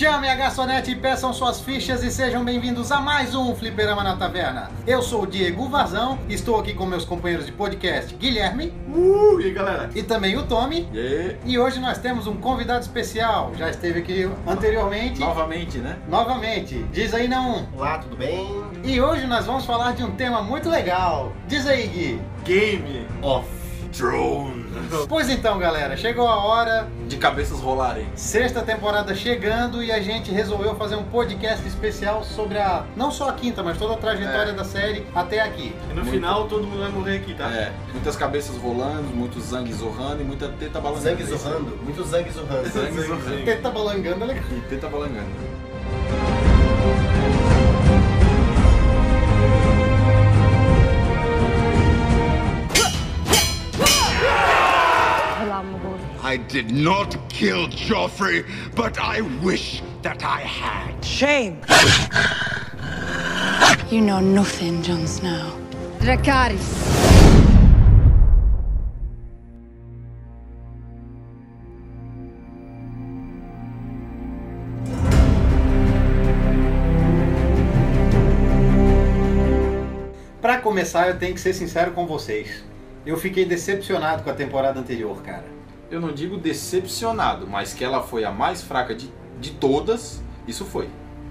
Chamem a garçonete e peçam suas fichas e sejam bem-vindos a mais um Fliperama na Taverna. Eu sou o Diego Varzão, estou aqui com meus companheiros de podcast, Guilherme. E aí, galera? E também o Tommy. E hoje nós temos um convidado especial, já esteve aqui anteriormente. Novamente, né? Novamente. Diz aí, não. Olá, tudo bem? E hoje nós vamos falar de um tema muito legal. Diz aí, Gui. Game of Thrones. Pois então, galera, chegou a hora De cabeças rolarem. Sexta temporada chegando e a gente resolveu fazer um podcast especial sobre não só a quinta, mas toda a trajetória da série até aqui. E no final todo mundo vai morrer aqui, tá? Muitas cabeças rolando, muito zangue zorrando e muita teta balangando. Zangue zorrando? Muito zangue zorrando. Zangue zorrando. Teta balangando é legal. E teta balangando. I did not kill Joffrey, but I wish that I had. Shame! You know nothing, Jon Snow. Dracarys. Pra começar, eu tenho que ser sincero com vocês. Eu fiquei decepcionado com a temporada anterior, cara. Eu não digo decepcionado, mas que ela foi a mais fraca de todas, isso foi.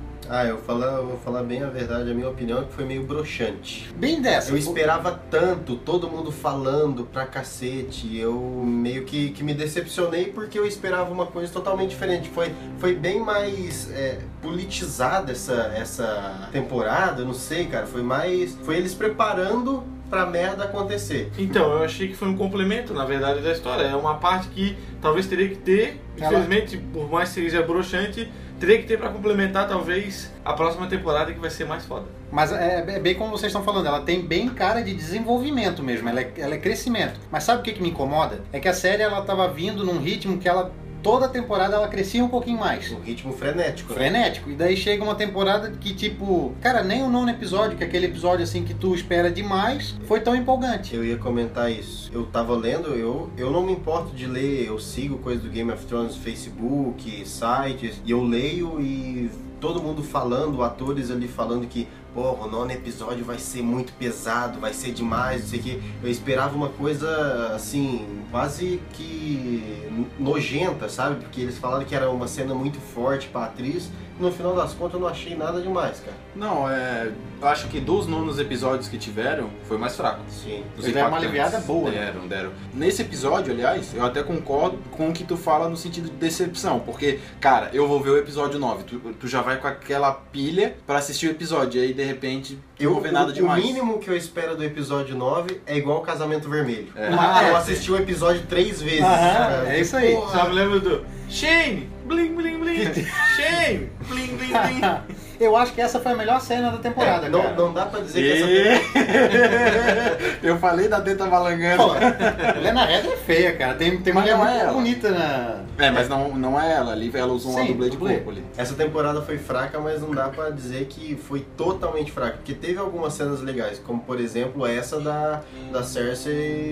Eu vou falar bem a verdade, a minha opinião é que foi meio broxante. Bem dessa. Eu esperava tanto, todo mundo falando pra cacete, eu meio que me decepcionei porque eu esperava uma coisa totalmente diferente. Foi bem mais politizada essa temporada, eu não sei, cara, foi eles preparando pra merda acontecer. Então, eu achei que foi um complemento, na verdade, da história. É uma parte que talvez teria que ter, infelizmente, por mais que seja broxante, teria que ter pra complementar, talvez, a próxima temporada que vai ser mais foda. Mas é bem como vocês estão falando, ela tem bem cara de desenvolvimento mesmo, ela é crescimento. Mas sabe o que me incomoda? É que a série ela tava vindo num ritmo que toda temporada ela crescia um pouquinho mais. Um ritmo frenético. Frenético. E daí chega uma temporada que tipo... Cara, nem o nono episódio, que é aquele episódio assim que tu espera demais, foi tão empolgante. Eu ia comentar isso. Eu tava lendo, eu não me importo de ler, eu sigo coisas do Game of Thrones no Facebook, sites, e eu leio e todo mundo falando, atores ali falando que porra, o nono episódio vai ser muito pesado, vai ser demais, não sei o que. Eu esperava uma coisa, assim, quase que nojenta, sabe? Porque eles falaram que era uma cena muito forte pra atriz. E no final das contas eu não achei nada demais, cara. Não, eu acho que dos nonos episódios que tiveram, foi o mais fraco. Sim. Eles deram uma aliviada boa. Deram. Nesse episódio, aliás, eu até concordo com o que tu fala no sentido de decepção. Porque, cara, eu vou ver o episódio 9. Tu já vai com aquela pilha pra assistir o episódio. E aí, de repente, eu não vou ver nada demais. O mínimo que eu espero do episódio 9 é igual o Casamento Vermelho. Eu assisti o episódio 3 vezes. É isso aí. Porra. Sabe, lembra do Shane, bling, bling, bling, Shane, bling, bling, bling. Eu acho que essa foi a melhor cena da temporada, cara. Não dá pra dizer que essa Eu falei da teta balangando. Pô, Lena Headey é feia, cara. Tem mulher muito bonita na... Mas não é ela ali, ela usou uma dublê de corpo ali. Essa temporada foi fraca, mas não dá pra dizer que foi totalmente fraca. Porque teve algumas cenas legais, como por exemplo essa da Cersei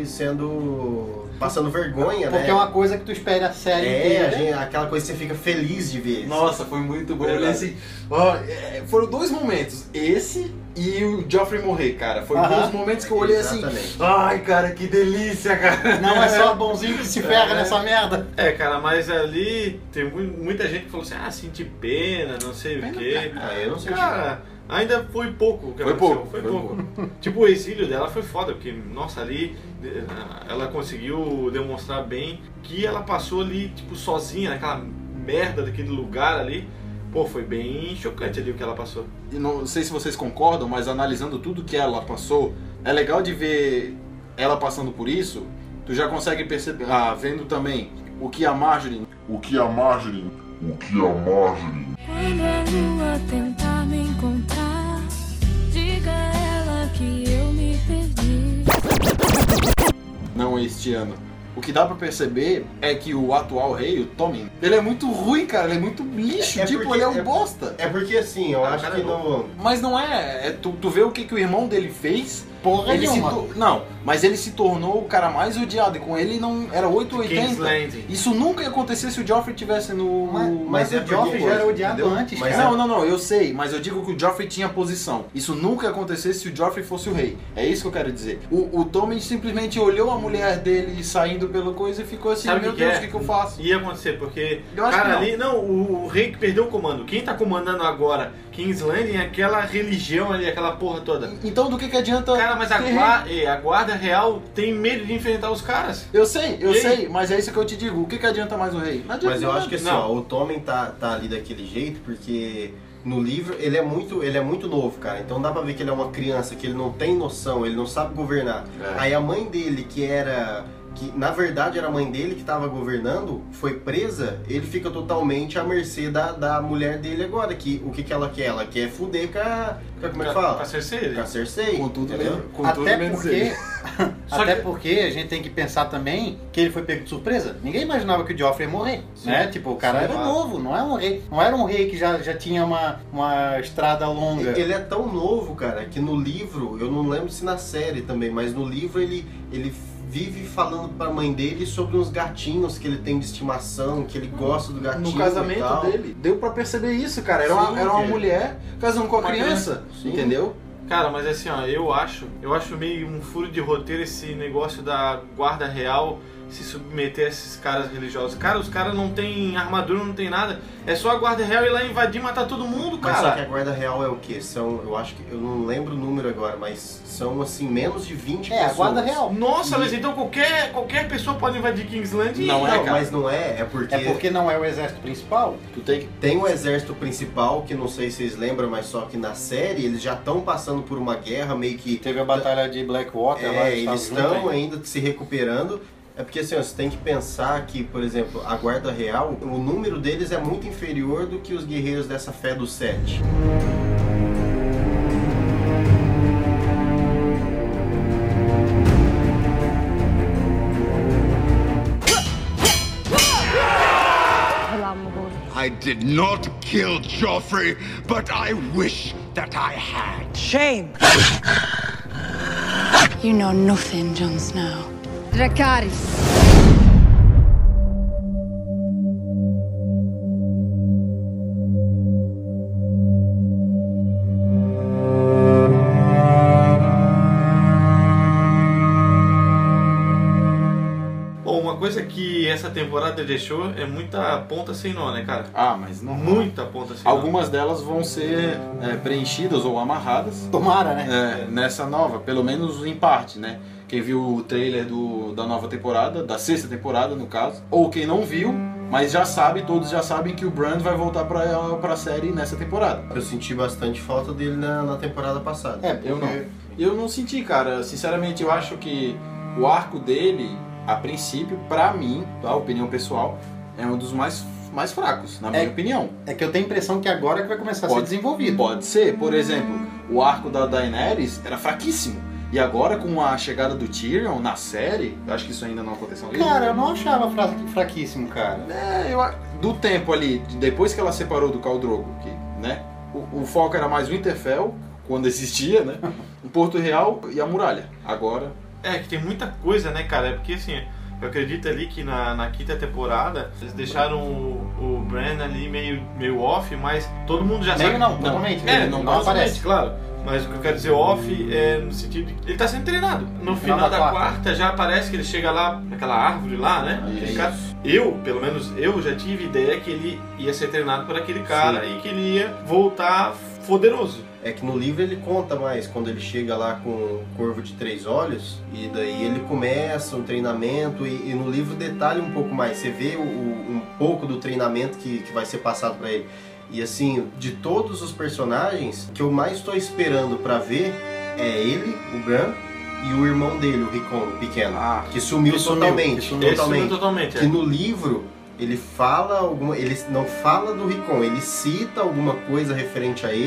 passando vergonha, né? Porque é uma coisa que tu espera a série inteira. Aquela coisa que você fica feliz de ver. Nossa, foi muito bom. Eu olhei assim, foram dois momentos, esse e o Joffrey morrer, cara. Foi dois momentos que eu olhei assim, ai, cara, que delícia, cara. Não é só o bonzinho que se ferra nessa merda. Cara, mas ali tem muita gente que falou assim, senti pena, não sei o quê. Eu não sei. Cara, ainda foi pouco. Foi pouco. Tipo, o exílio dela foi foda, porque, nossa, ali ela conseguiu demonstrar bem que ela passou ali, tipo, sozinha, naquela merda daquele lugar ali. Pô, foi bem chocante ali o que ela passou. E não sei se vocês concordam, mas analisando tudo que ela passou, é legal de ver ela passando por isso. Tu já consegue perceber, vendo também o que a Marjorie... Quando a lua tentar me encontrar, diga a ela que eu me perdi. Não este ano. O que dá pra perceber é que o atual rei, o Tommen, Ele é muito ruim, cara, ele é muito lixo, ele é um bosta. É porque assim, eu acho que não... Mas não é, tu vê o que o irmão dele fez... Porra ele nenhuma. Não, mas ele se tornou o cara mais odiado. E com ele não era 880. King's Landing. Isso nunca ia acontecer se o Joffrey tivesse no... Mas é o Joffrey porque já era hoje, odiado entendeu? antes, Mas cara. Não, eu sei, mas eu digo que o Joffrey tinha posição. Isso nunca ia acontecer se o Joffrey fosse o rei. É isso que eu quero dizer. O Tommen simplesmente olhou a mulher dele saindo pela coisa e ficou assim, Sabe meu que Deus, é? o que eu faço? Ia acontecer, porque, Eu acho cara, que não. ali, não, o rei que perdeu o comando. Quem tá comandando agora King's Landing é aquela religião ali, aquela porra toda. Então do que adianta... Cara, mas a guarda real tem medo de enfrentar os caras. Eu sei, E aí? sei, mas é isso que eu te digo. O que adianta mais o rei? Não adianta Mas eu nada. acho que assim, Não. ó, o Tommen tá ali daquele jeito porque no livro ele é muito novo, cara. Então dá pra ver que ele é uma criança, que ele não tem noção, ele não sabe governar. É. Aí a mãe dele, que na verdade era a mãe dele que estava governando, foi presa, ele fica totalmente à mercê da mulher dele agora. Que o que ela quer? Ela quer fuder como é que fala? Com a Cersei. Com a Cersei. Com tudo, entendeu? com tudo Até menos porque, ele. até que- porque a gente tem que pensar também que ele foi pego de surpresa. Ninguém imaginava que o Joffrey ia morrer, né? Tipo, o cara Sim, era claro. novo, não é um rei. Não era um rei que já tinha uma estrada longa. Ele é tão novo, cara, que no livro, eu não lembro se na série também, mas no livro ele vive falando pra mãe dele sobre uns gatinhos que ele tem de estimação, que ele gosta do gatinho. No e casamento tal. dele, deu pra perceber isso, cara. Era Sim, uma cara. mulher casando com a Uma criança, Sim. entendeu? Cara, mas assim, ó, eu acho meio um furo de roteiro esse negócio da guarda real se submeter a esses caras religiosos. Cara, os caras não tem armadura, não tem nada. É só a guarda real ir lá invadir e matar todo mundo, Mas só que a cara. guarda real é o quê? São, eu acho que, eu não lembro o número agora, mas são assim, menos de 20 É, pessoas. a guarda real. Nossa, mas então qualquer pessoa pode invadir King's Landing? Não é, Não, cara. mas não é porque... É porque não é o exército principal. Tu tem que... Tem o exército principal, que não sei se vocês lembram, mas só que na série eles já estão passando por uma guerra meio que... Teve a batalha de Blackwater lá. eles estão ainda se recuperando. É porque assim, ó, você tem que pensar que, por exemplo, a guarda real, o número deles é muito inferior do que os guerreiros dessa fé do Sete. I did not kill Joffrey, but I wish that I had. Shame. You know nothing, Jon Snow. Dracarys. Bom, uma coisa que essa temporada deixou é muita ponta sem nó, né, cara? Ah, mas não... Muita ponta sem nó. Algumas delas vão ser preenchidas ou amarradas Tomara, né? nessa nova, pelo menos em parte, né? Quem viu o trailer da nova temporada, da 6ª temporada no caso, ou quem não viu, mas já sabe, todos já sabem que o Bran vai voltar pra série nessa temporada. Eu senti bastante falta dele na temporada passada. É, Eu não. Eu não senti, cara. Sinceramente, eu acho que o arco dele, a princípio, pra mim, a opinião pessoal, é um dos mais fracos, na minha opinião. É que eu tenho a impressão que agora que vai começar a ser desenvolvido. Pode ser. Por exemplo, o arco da Daenerys era fraquíssimo. E agora, com a chegada do Tyrion na série, eu acho que isso ainda não aconteceu. Cara, eu não achava fraquíssimo, cara. Do tempo ali, depois que ela separou do Khal Drogo, que, né? O foco era mais o Winterfell, quando existia, né? O Porto Real e a muralha. Agora... É, que tem muita coisa, né, cara? É porque, assim, eu acredito ali que na 5ª temporada eles deixaram o Bran ali meio off, mas todo mundo já Meio sabe... não, totalmente. É, Ele não totalmente, aparece. claro. Mas o que eu quero dizer off é no sentido de que ele tá sendo treinado. No final da da quarta. quarta já aparece que ele chega lá naquela árvore lá, né? Aquele Isso. cara. Pelo menos eu já tive ideia que ele ia ser treinado por aquele cara e que ele ia voltar poderoso. É que no livro ele conta mais, quando ele chega lá com o Corvo de 3 Olhos, e daí ele começa o treinamento, e no livro detalha um pouco mais, você vê um pouco do treinamento que vai ser passado pra ele. E assim, de todos os personagens, que eu mais estou esperando pra ver é ele, o Bran, e o irmão dele, o Rickon, o pequeno, que sumiu totalmente. Esse sumiu totalmente. Que no livro ele fala ele não fala do Rickon, ele cita alguma coisa referente a ele,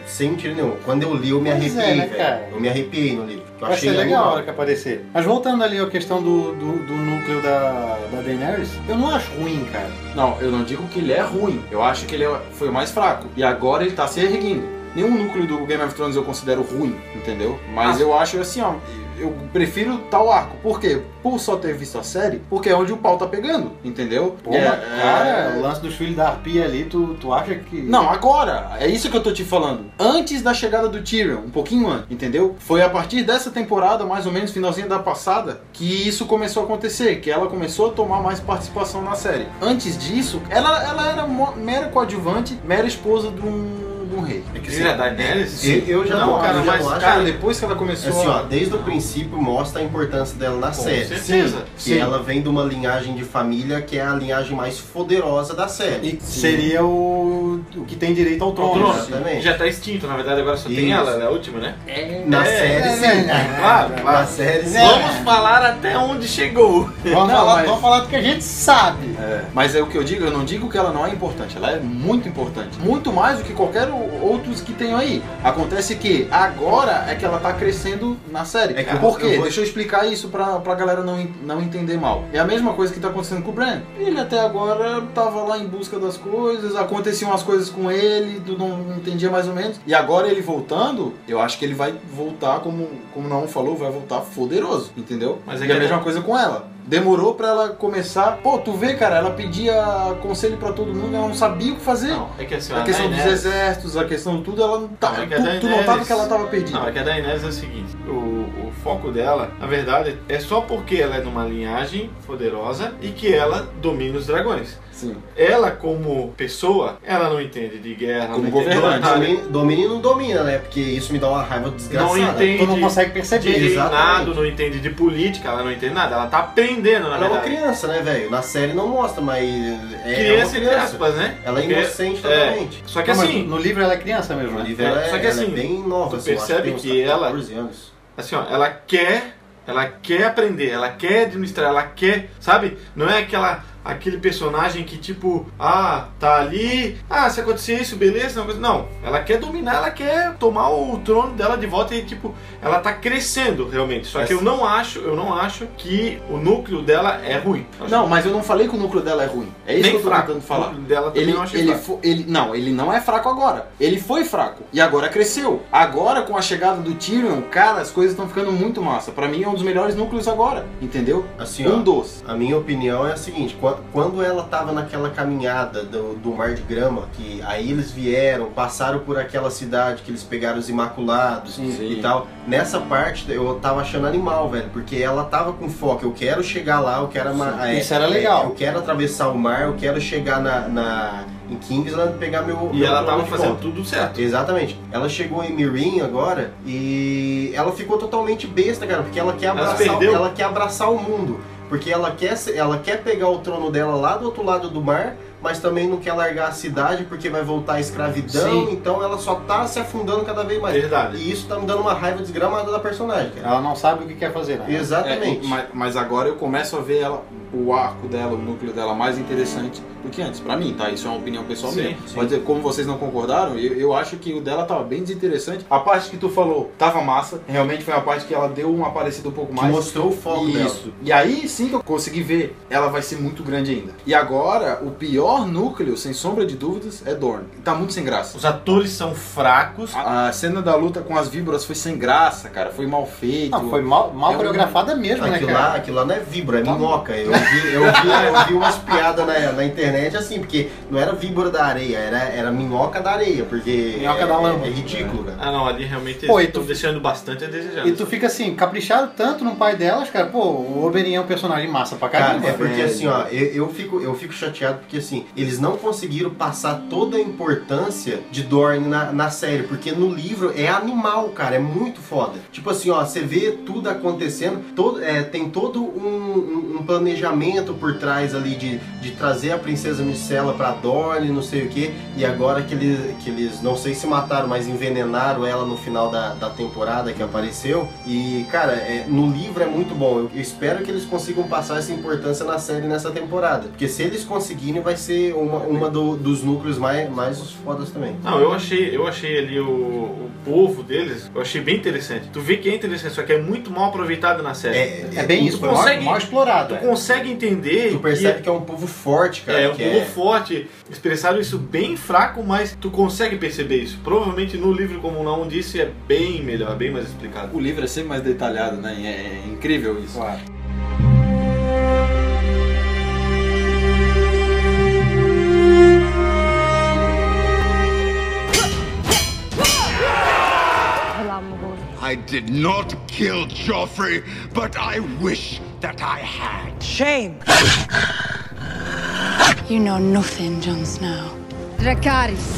sem mentira nenhuma. Quando eu li, eu me Pois arrepiei, é, né, velho. cara? Eu me arrepiei no livro. Eu Vai achei ser legal a animal. hora que aparecer. Mas voltando ali à questão do núcleo da Daenerys, eu não acho ruim, cara. Não, eu não digo que ele é ruim. Eu acho que ele foi o mais fraco. E agora ele tá se erguendo. Nenhum núcleo do Game of Thrones eu considero ruim, entendeu? Mas eu acho assim, ó, eu prefiro tal arco. Por quê? Por só ter visto a série, porque é onde o pau tá pegando, entendeu? Pô, cara, o lance dos filhos da Arpia ali, tu acha que... Não, agora, é isso que eu tô te falando. Antes da chegada do Tyrion, um pouquinho antes, entendeu? Foi a partir dessa temporada, mais ou menos, finalzinho da passada, que isso começou a acontecer, que ela começou a tomar mais participação na série. Antes disso, ela era mera coadjuvante, mera esposa de um rei. É que você é Daenerys? Eu já Não, não, cara, eu já mas, não acho. cara, depois que ela começou Assim, ó, a... desde o princípio mostra a importância dela na série. Com certeza. Que ela vem de uma linhagem de família que é a linhagem mais poderosa da série. E seria o que tem direito ao trono. Trono. Exatamente. Já tá extinto, na verdade agora só tem Isso. ela é a última, né? Na série, sim. Claro, Na claro. série, sim. Vamos falar até onde chegou. Vamos falar do que a gente sabe. Mas é o que eu digo, eu não digo que ela não é importante, ela é muito importante. Muito mais do que qualquer outros que tenham aí. Acontece que agora é que ela tá crescendo na série. É que Por quê? eu vou- Deixa eu explicar isso pra galera não entender mal. É a mesma coisa que tá acontecendo com o Bran. Ele até agora tava lá em busca das coisas, aconteciam as coisas com ele, tu não entendia mais ou menos. E agora ele voltando, eu acho que ele vai voltar, como o Naum falou, vai voltar poderoso, entendeu? Mas é E que a mesma coisa com ela. Demorou pra ela começar. Pô, tu vê, cara, ela pedia conselho pra todo mundo, ela não sabia o que fazer. Não, é que assim, A questão dos exércitos, a questão de tudo, ela não tá. Não, é que a Tu Daenerys- notava que ela tava perdida. Não, é que a Daenerys é o seguinte, o foco dela, na verdade, é só porque ela é numa linhagem poderosa e que ela domina os dragões. Sim. Ela, como pessoa, ela não entende de guerra, Como não entende de governante. batalha, Domina e não domina, né? Porque isso me dá uma raiva não desgraçada. entende Tu não consegue de perceber. Exato. reinado, não entende de política, ela não entende nada, ela tá aprendendo, na Ela é uma verdade. criança, né, velho? Na série não mostra, mas é Criança, uma entre criança. aspas, né? Ela é Porque- inocente totalmente. Só que Não, mas assim, no livro ela é criança mesmo, No né? livro ela só que ela assim, é bem nova, tu assim, eu acho percebe tem uns que ela- 14 anos. assim, ó, ela quer aprender, ela quer administrar, ela quer, sabe? Não é aquele personagem que tipo, tá ali, se acontecer isso, beleza, não, ela quer dominar, ela quer tomar o trono dela de volta e tipo, ela tá crescendo realmente. Só que eu não acho que o núcleo dela é ruim. Eu acho Não, mas eu não falei que o núcleo dela é ruim. É isso nem que eu tô fraco. tentando O falar. núcleo dela também Ele, eu acho ele, fraco. ele não é fraco agora. Ele foi fraco. E agora cresceu. Agora, com a chegada do Tyrion, cara, as coisas estão ficando muito massa. Pra mim é um dos melhores núcleos agora. Entendeu? Assim, ó, Um dos. a minha opinião é a seguinte, quando ela tava naquela caminhada do Mar de Grama, que aí eles vieram, passaram por aquela cidade que eles pegaram os Imaculados Sim. e tal, nessa parte eu tava achando animal, velho, porque ela tava com foco, eu quero chegar lá, eu quero... Isso era legal. Eu quero atravessar o mar, eu quero chegar em Kingsland e pegar meu... E meu ela trono tava de fazendo volta. tudo certo. Exatamente. Ela chegou em Meereen agora e ela ficou totalmente besta, cara, porque ela quer se perdeu. ela quer abraçar o mundo. Porque ela quer pegar o trono dela lá do outro lado do mar, mas também não quer largar a cidade porque vai voltar a escravidão, Sim. então ela só tá se afundando cada vez mais. Verdade. E isso tá me dando uma raiva desgramada da personagem, cara. Ela não sabe o que quer fazer, né? Exatamente. Mas agora eu começo a ver o arco dela, o núcleo dela mais interessante do que antes. Pra mim, tá? Isso é uma opinião pessoal Sim, minha. sim. Pode dizer, como vocês não concordaram, eu acho que o dela tava bem desinteressante. A parte que tu falou tava massa. Realmente foi uma parte que ela deu uma parecida um pouco Que mais. mostrou o foco dela. Isso. E aí sim que eu consegui ver, ela vai ser muito grande ainda. E agora, o pior núcleo, sem sombra de dúvidas, é Dorne. Tá muito sem graça. Os atores são fracos. A cena da luta com as víboras foi sem graça, cara. Foi mal feito. Não, foi mal É um- coreografada mesmo, né, cara? Aquilo lá não é víbora, é Tá. minhoca. Eu vi umas piadas na internet assim, porque não era víbora da areia, era minhoca da areia, porque Minhoca da lama. é ridículo, cara. Não, ali realmente Pô, e estão tu- deixando bastante a desejar. E tu fica assim, caprichado tanto no pai delas, cara. Pô, o Oberyn é um personagem massa pra Cara, caramba. é porque velho. assim, ó, eu fico chateado porque assim, eles não conseguiram passar toda a importância de Dorne na série, porque no livro é animal, cara, é muito foda. Tipo assim, ó, você vê tudo acontecendo, tem todo um planejamento por trás ali de trazer a princesa Micela pra Dorne, não sei o que, e agora que eles, não sei se mataram, mas envenenaram ela no final da temporada que apareceu, e cara, no livro é muito bom, eu espero que eles consigam passar essa importância na série nessa temporada, porque se eles conseguirem vai ser ser uma dos núcleos mais fodas também. Não, eu achei ali o povo deles, eu achei bem interessante. Tu vê que é interessante, só que é muito mal aproveitado na série. É bem isso, mal explorado. Tu consegue entender. Tu percebe que é um povo forte, cara. É um povo forte. Expressaram isso bem fraco, mas tu consegue perceber isso. Provavelmente no livro, como o Naum disse, é bem melhor, bem mais explicado. O livro é sempre mais detalhado, né? É incrível isso. Claro. I did not kill Joffrey, but I wish that I had. Shame! You know nothing, Jon Snow. Dracarys.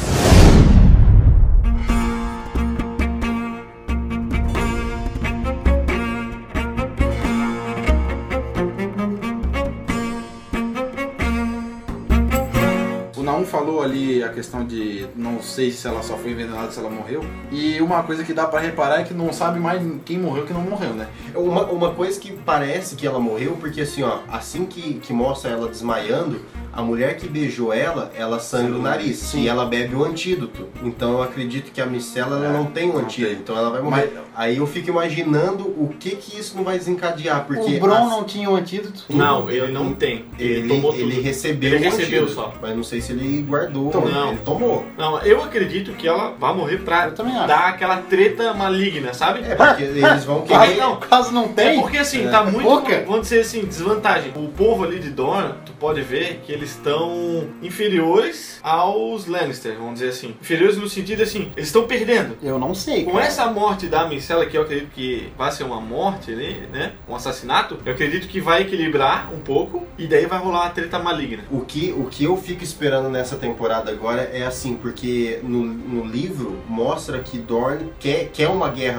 Naum falou ali a questão de não sei se ela só foi envenenada, se ela morreu. E uma coisa que dá pra reparar é que não sabe mais quem morreu e quem não morreu, né? Uma coisa que parece que ela morreu, porque assim, ó, assim que mostra ela desmaiando, a mulher que beijou ela sangra o nariz. Sim. E ela bebe o antídoto. Então eu acredito que a micela ela não tem o antídoto, então ela vai morrer. Aí eu fico imaginando o que isso não vai desencadear, porque... O Bron não tinha o antídoto? Não, ele não tem. Ele tomou tudo. Ele recebeu Ele o recebeu antídoto, só. mas não sei se ele guardou, Não. ele tomou. Não, eu acredito que ela vai morrer pra Eu também acho. dar aquela treta maligna, sabe? É, porque eles vão querer... Caso não tem... É porque assim, tá muito, pouca. vamos dizer assim, desvantagem. O povo ali de Dorne, tu pode ver que eles estão inferiores aos Lannister, vamos dizer assim. Inferiores no sentido assim, eles estão perdendo. Eu não sei, Com cara. essa morte da Micela, que eu acredito que vai ser uma morte ali, né? Um assassinato, eu acredito que vai equilibrar um pouco e daí vai rolar uma treta maligna. O que eu fico esperando nessa temporada agora é assim, porque no livro mostra que Dorne quer uma guerra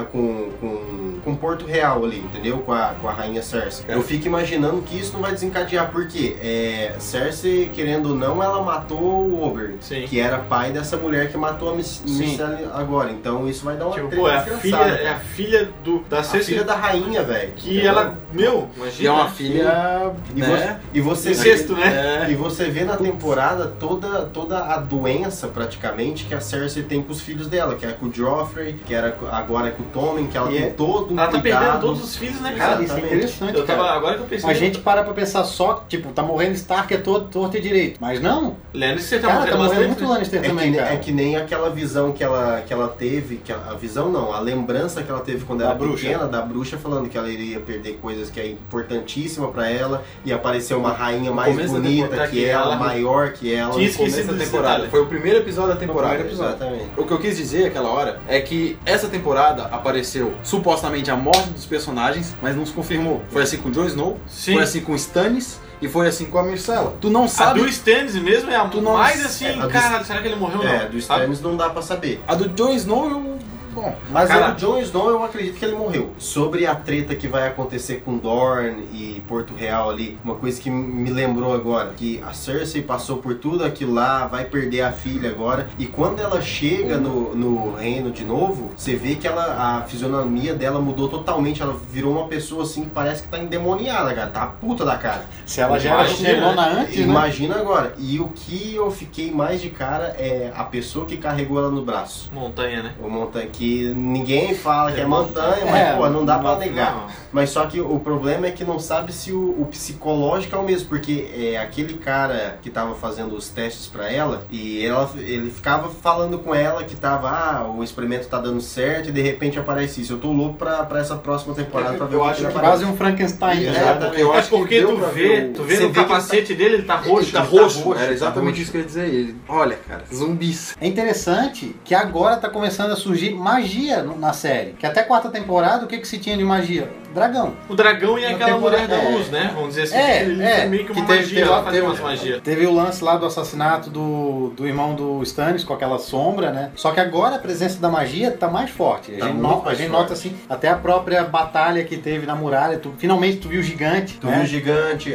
com Porto Real ali, entendeu? Com a rainha Cersei. Eu fico imaginando que isso não vai desencadear, porque Cersei, querendo ou não, ela matou o Oberyn, Sim. que era pai dessa mulher que matou a Micelle agora. Então isso vai dar uma Tipo, treta pô, é a desgraçada, filha da a Cersei. filha da rainha, velho. Que ela, meu, imagina. E é uma filha, E você Incesto, né? E você vê na temporada toda a doença, praticamente, que a Cersei tem com os filhos dela, que é com o Joffrey, que era agora com o Tommen, que ela tem todo um Ela tá cuidado. perdendo todos os filhos, né, cara? Isso é interessante, Eu tava, cara. agora que eu pensei. A gente para pra pensar só, tipo, tá morrendo Stark é torto e direito. Mas não, Lannister tá cara, morrendo tá morrendo bastante. muito Lannister também, cara. É que nem aquela visão que ela teve, a visão não, a lembrança que ela teve quando Da era bruxa. pequena, da bruxa, falando que ela iria perder coisas que é importantíssima pra ela, e apareceu uma rainha mais começo da bonita temporada que que ela, ela- maior que ela. Tinha no começo esquecido da desse temporada. detalhe. Foi o primeiro episódio da temporada. Exatamente. O que eu quis dizer aquela hora é que essa temporada apareceu supostamente a morte dos personagens, mas não se confirmou. Foi assim com o Jon Snow, Sim. foi assim com o Stannis e foi assim com a Myrcella. Tu não A sabe. do Stannis mesmo é a Tu não- mais assim, a do- cara, será que ele morreu ou não? Do Sabe? Stannis não dá pra saber. A do Jon Snow eu. Bom, Mas Cara, o Jon Snow, eu acredito que ele morreu. Sobre a treta que vai acontecer com Dorne e Porto Real ali, uma coisa que me lembrou agora, que a Cersei passou por tudo aquilo lá, vai perder a filha agora, e quando ela chega no reino de novo, você vê que a fisionomia dela mudou totalmente, ela virou uma pessoa assim que parece que tá endemoniada, cara, tá puta da cara. Se ela já era Imagina, chegona antes, né? Imagina agora. E o que eu fiquei mais de cara é a pessoa que carregou ela no braço. Montanha, né? O montanha que ninguém fala que é montanha, mas É, pô, não dá pra não- negar. não. Mas só que o problema é que não sabe se o psicológico é o mesmo, porque aquele cara que tava fazendo os testes pra ela, e ele ficava falando com ela que tava, o experimento tá dando certo, e de repente aparece isso. Eu tô louco pra essa próxima temporada pra ver Eu o acho ele que aparece. Quase um Frankenstein. É, já. tá- eu É acho que porque deu tu pra vê ver no você vê que ele capacete dele, ele tá roxo. Ele tá ele tá roxo, roxo, era ele tá exatamente roxo. isso que eu ia dizer. Olha, cara, zumbis. É interessante que agora tá começando a surgir magia na série. Que até quarta temporada, o que se tinha de magia? Dragão. O dragão e Na aquela mulher temporada- da é. luz, né? Vamos dizer assim. É, ele é. foi meio que uma Que teve- magia, teve- ela fazia teve- umas magias. Teve o lance lá do assassinato do irmão do Stannis com aquela sombra, né? Só que agora a presença da magia tá mais forte. Tá A gente, muito mais nota forte. assim, até a própria batalha que teve na muralha, finalmente tu viu o gigante. Tu né? viu o gigante,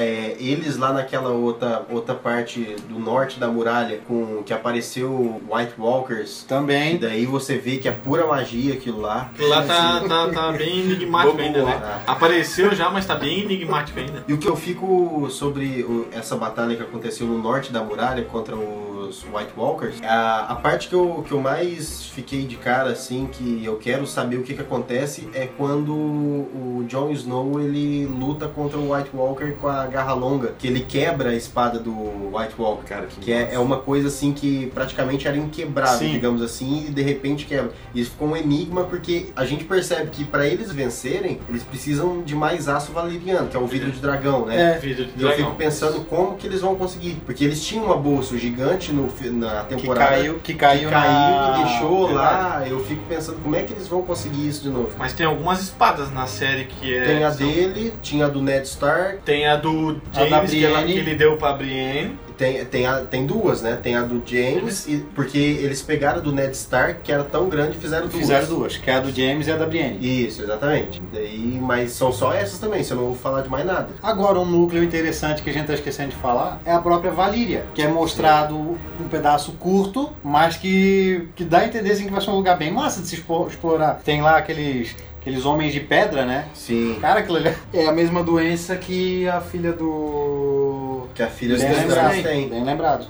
eles lá naquela outra parte do norte da muralha, que apareceu White Walkers. E Também. daí você vê que é pura magia aquilo lá. Aquilo lá tá bem enigmático Vamos ainda, né? Apareceu já, mas tá bem enigmático ainda. E o que eu fico sobre essa batalha que aconteceu no norte da muralha contra os White Walkers, a parte que eu mais fiquei de cara, assim, que eu quero saber o que acontece, é quando o Jon Snow, ele luta contra o White Walker com a garra longa, que ele quebra a espada do White Walker, Cara, que é uma coisa, assim, que praticamente era inquebrável, Sim. digamos assim, e de repente quebra. E isso ficou um enigma, porque a gente percebe que para eles vencerem, eles precisam de mais aço valeriano, que é o vidro de dragão, né? Vidro de E eu dragão. fico pensando como que eles vão conseguir. Porque eles tinham uma bolsa gigante na temporada Que caiu e deixou Verdade. lá. Eu fico pensando como é que eles vão conseguir isso de novo. Mas tem algumas espadas na série que é... Tem a são- dele, tinha a do Ned Stark, Tem a do A da James, que Brienne. ele deu pra Brienne. tem duas, né? Tem a do James, porque eles pegaram a do Ned Stark, que era tão grande, e fizeram duas. Fizeram duas, que é a do James e a da Brienne. Isso, exatamente. Mas são só essas também, você não vou falar de mais nada. Agora, um núcleo interessante que a gente tá esquecendo de falar é a própria Valíria, que é mostrado um pedaço curto, mas que dá a entender assim, que vai ser um lugar bem massa de se explorar. Tem lá aqueles homens de pedra, né? Sim. Cara, aquilo ali É a mesma doença que a filha do... Que a filha bem dos lembrado. Stark tem. Bem lembrado.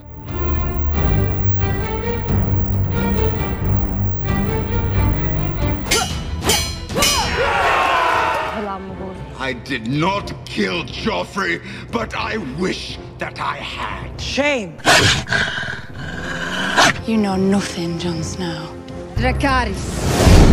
I did not kill Joffrey, but I wish that I had. Shame! You know nothing, Jon Snow. Dracarys.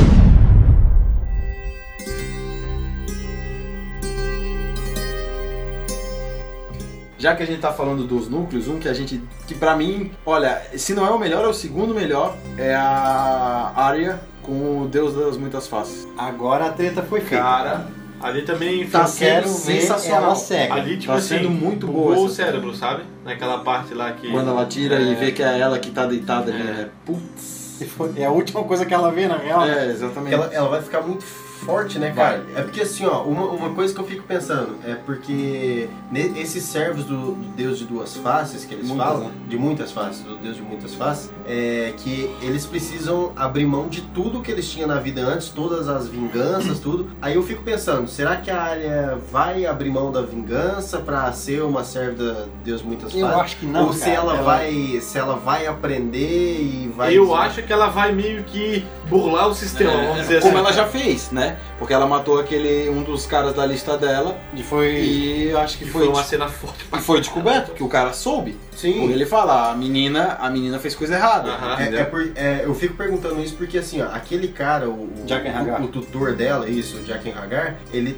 Já que a gente tá falando dos núcleos, que pra mim, olha, se não é o melhor, é o segundo melhor, é a Arya com o Deus das Muitas Faces. Agora a treta foi feita. Cara, ali também Tá foi- quero sendo ver sensacional. ela cega. Ali, tipo Tá assim, sendo muito bugou boa o essa cérebro, sabe? Naquela parte lá que... Quando ela tira e vê que é ela que tá deitada ali, É. né? Putz. É a última coisa que ela vê, na real. É, exatamente. Ela vai ficar muito forte, né, cara? É porque assim, ó, uma coisa que eu fico pensando é porque esses servos do Deus de duas faces que eles Muitas, falam, né? de muitas faces, do Deus de muitas faces, é que eles precisam abrir mão de tudo que eles tinham na vida antes, todas as vinganças, tudo. Aí eu fico pensando, será que a Arya vai abrir mão da vingança pra ser uma serva do Deus de muitas Eu faces? acho que não, Ou se cara. ela vai aprender e vai... Eu acho que ela vai meio que burlar o sistema, vamos dizer Como assim. ela já fez, né? Porque ela matou um dos caras da lista dela E foi. e acho que E foi, foi uma cena forte pra e foi descoberto, que o cara soube. Sim. Por ele falar, a menina fez coisa errada. Aham. entendeu? Eu fico perguntando isso porque assim, ó, aquele cara, o Jaqen Hagar. o tutor dela, isso, o Jaqen Hagar, ele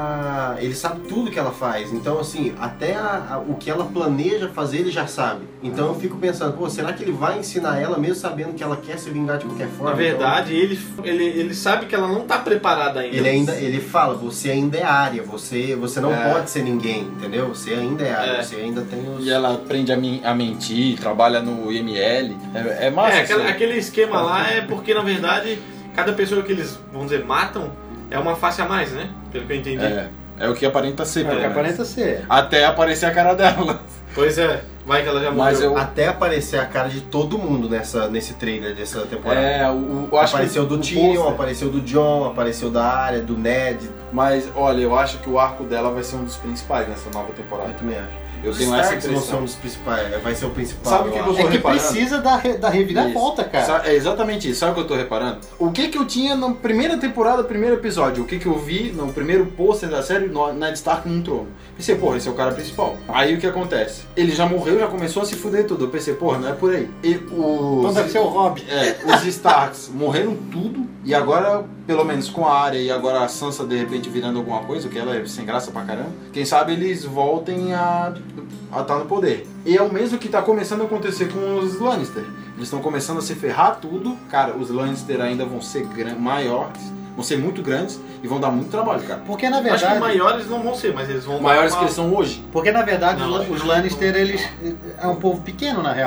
sabe tudo que ela faz. Então assim, até o que ela planeja fazer, ele já sabe. Então eu fico pensando, pô, será que ele vai ensinar ela mesmo sabendo que ela quer se vingar de qualquer forma? Na verdade, ele sabe que ela não tá preparada ainda. Então, ele fala, você ainda é Arya, você não É. pode ser ninguém, entendeu? Você ainda é Arya, É. você ainda tem os... E ela aprende a mentir, trabalha no IML. É massa. É, isso aí. aquele esquema lá é porque, na verdade, cada pessoa que eles, vamos dizer, matam é uma face a mais, né? Pelo que eu entendi. É o que aparenta ser, É o pelo que menos. aparenta ser. Até aparecer a cara dela. Pois é, vai que ela já Mas morreu. Até aparecer a cara de todo mundo nesse trailer dessa temporada. Eu acho Apareceu que do o Tyrion, pôster- apareceu do Jon, apareceu da Arya, do Ned. Mas, olha, eu acho que o arco dela vai ser um dos principais nessa nova Eu temporada. também acho. Eu Os tenho essa Starks não são impressão. um dos principais, vai ser o principal. Sabe o que eu acho. tô É que reparando? precisa da reviravolta, cara. É exatamente isso. Sabe o que eu tô reparando? O que eu tinha na primeira temporada, primeiro episódio? O que eu vi no primeiro pôster da série, Ned Stark num trono? Pensei, porra, esse é o cara principal. Aí o que acontece? Ele já morreu, já começou a se fuder tudo. Eu pensei, porra, não é por aí. Então deve ser o Hobbit. Os Starks morreram tudo. E agora, pelo menos com a Arya e agora a Sansa de repente virando alguma coisa, que ela é sem graça pra caramba. Quem sabe eles voltem a estar no poder. E é o mesmo que tá começando a acontecer com os Lannister. Eles estão começando a se ferrar tudo. Cara, os Lannister ainda vão ser maiores, vão ser muito grandes e vão dar muito trabalho, cara. Porque na Acho que verdade. maiores não vão ser, mas eles vão... Maiores dar que eles são hoje. Porque na verdade Não, acho os que Lannister, não. eles. É um povo pequeno na real, né?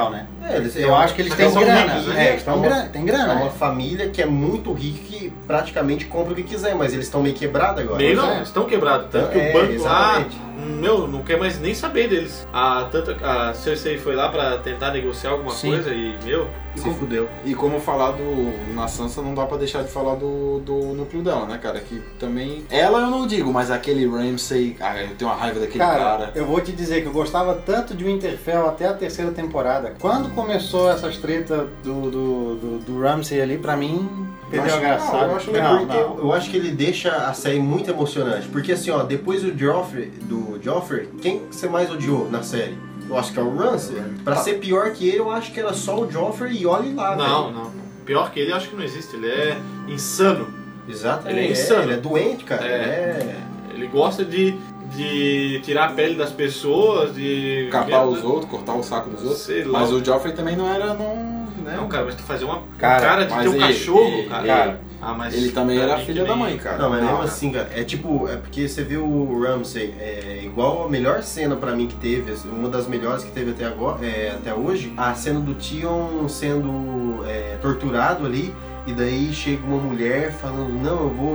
Eu acho que eles Só têm que são grana. ricos, né? Tem grana. É uma família que é muito rica que praticamente compra o que quiser, mas eles estão meio quebrados agora. Meio Pois não, é. eles estão quebrados. Tanto que o banco exatamente. não quer mais nem saber deles. A Cersei foi lá pra tentar negociar alguma Sim. coisa e, Se fudeu. E como falar na Sansa, não dá pra deixar de falar do núcleo dela, né, cara? Que também... Ela eu não digo, mas aquele Ramsay... eu tenho uma raiva daquele cara. Eu vou te dizer que eu gostava tanto de Winterfell até a 3ª temporada. Quando começou essas tretas do Ramsay ali, pra mim, perdeu a graça, sabe? eu acho Não, legal. eu acho que ele deixa a série muito emocionante. Porque assim, ó, depois do Joffrey, quem você mais odiou na série? Eu acho que é o Ramsay. Pra ser pior que ele, eu acho que era só o Joffrey e olhe lá, não. Pior que ele, eu acho que não existe. Ele é insano. Exato, Ele é insano. Ele é doente, cara. Ele gosta de tirar a pele das pessoas, de... Capar os outros, cortar o saco dos outros. Sei lá. Mas o Joffrey também não era, né? Não, cara, mas tu fazer um Cara, cara de mas ter um ele- cachorro, cara. Mas ele também era filho da mãe, cara. Não, mas mesmo Não, assim, cara, é porque você viu o Ramsay, igual a melhor cena pra mim que teve, assim, uma das melhores que teve até agora, até hoje, a cena do Tion sendo torturado ali, e daí chega uma mulher falando, não, eu vou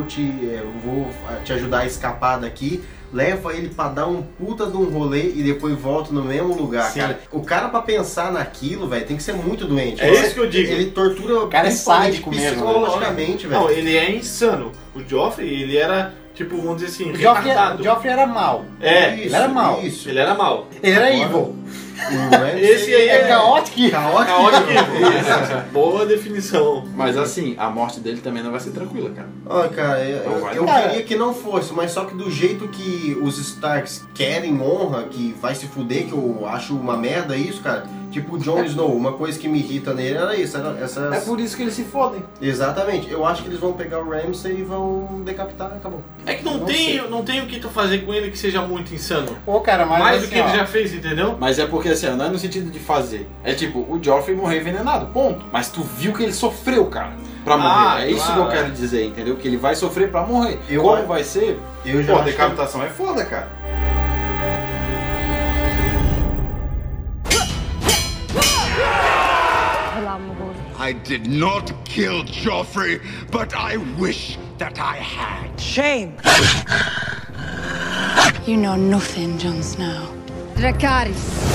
te ajudar a escapar daqui. Leva ele pra dar um puta de um rolê e depois volta no mesmo lugar, Sim. cara. O cara pra pensar naquilo, velho, tem que ser muito doente. É isso que eu digo. Ele tortura O cara é principalmente sádico mesmo, psicologicamente, velho. Não, ele é insano. O Joffrey, ele era, tipo, vamos dizer assim, O retardado. Joffrey era mau. É, ele era mau. Isso. ele era mau. Ele era Agora- evil. O Ramsay Esse aí É caótico. Caótico. Isso. Boa definição. Mas assim, a morte dele também não vai ser tranquila, cara. Ó, cara, eu Cara. queria que não fosse, mas só que do jeito que os Starks querem honra, que vai se fuder, que eu acho uma merda isso, cara. Tipo o Jon Snow, uma coisa que me irrita nele era isso, É por isso que eles se fodem. Exatamente, eu acho que eles vão pegar o Ramsay e vão decapitar, acabou. É que não tem o que tu fazer com ele que seja muito insano. Pô, cara, mas Mais assim, do que ele ó, já fez, entendeu? Mas é porque assim, não é no sentido de fazer. É tipo, o Joffrey morreu envenenado, ponto. Mas tu viu que ele sofreu, cara, pra morrer. É isso claro, que eu quero dizer, entendeu? Que ele vai sofrer pra morrer. Eu Como acho- vai ser? Eu já Pô, a acho que- decapitação é foda, cara. I did not kill Joffrey, but I wish that I had. Shame! You know nothing, Jon Snow. Dracarys.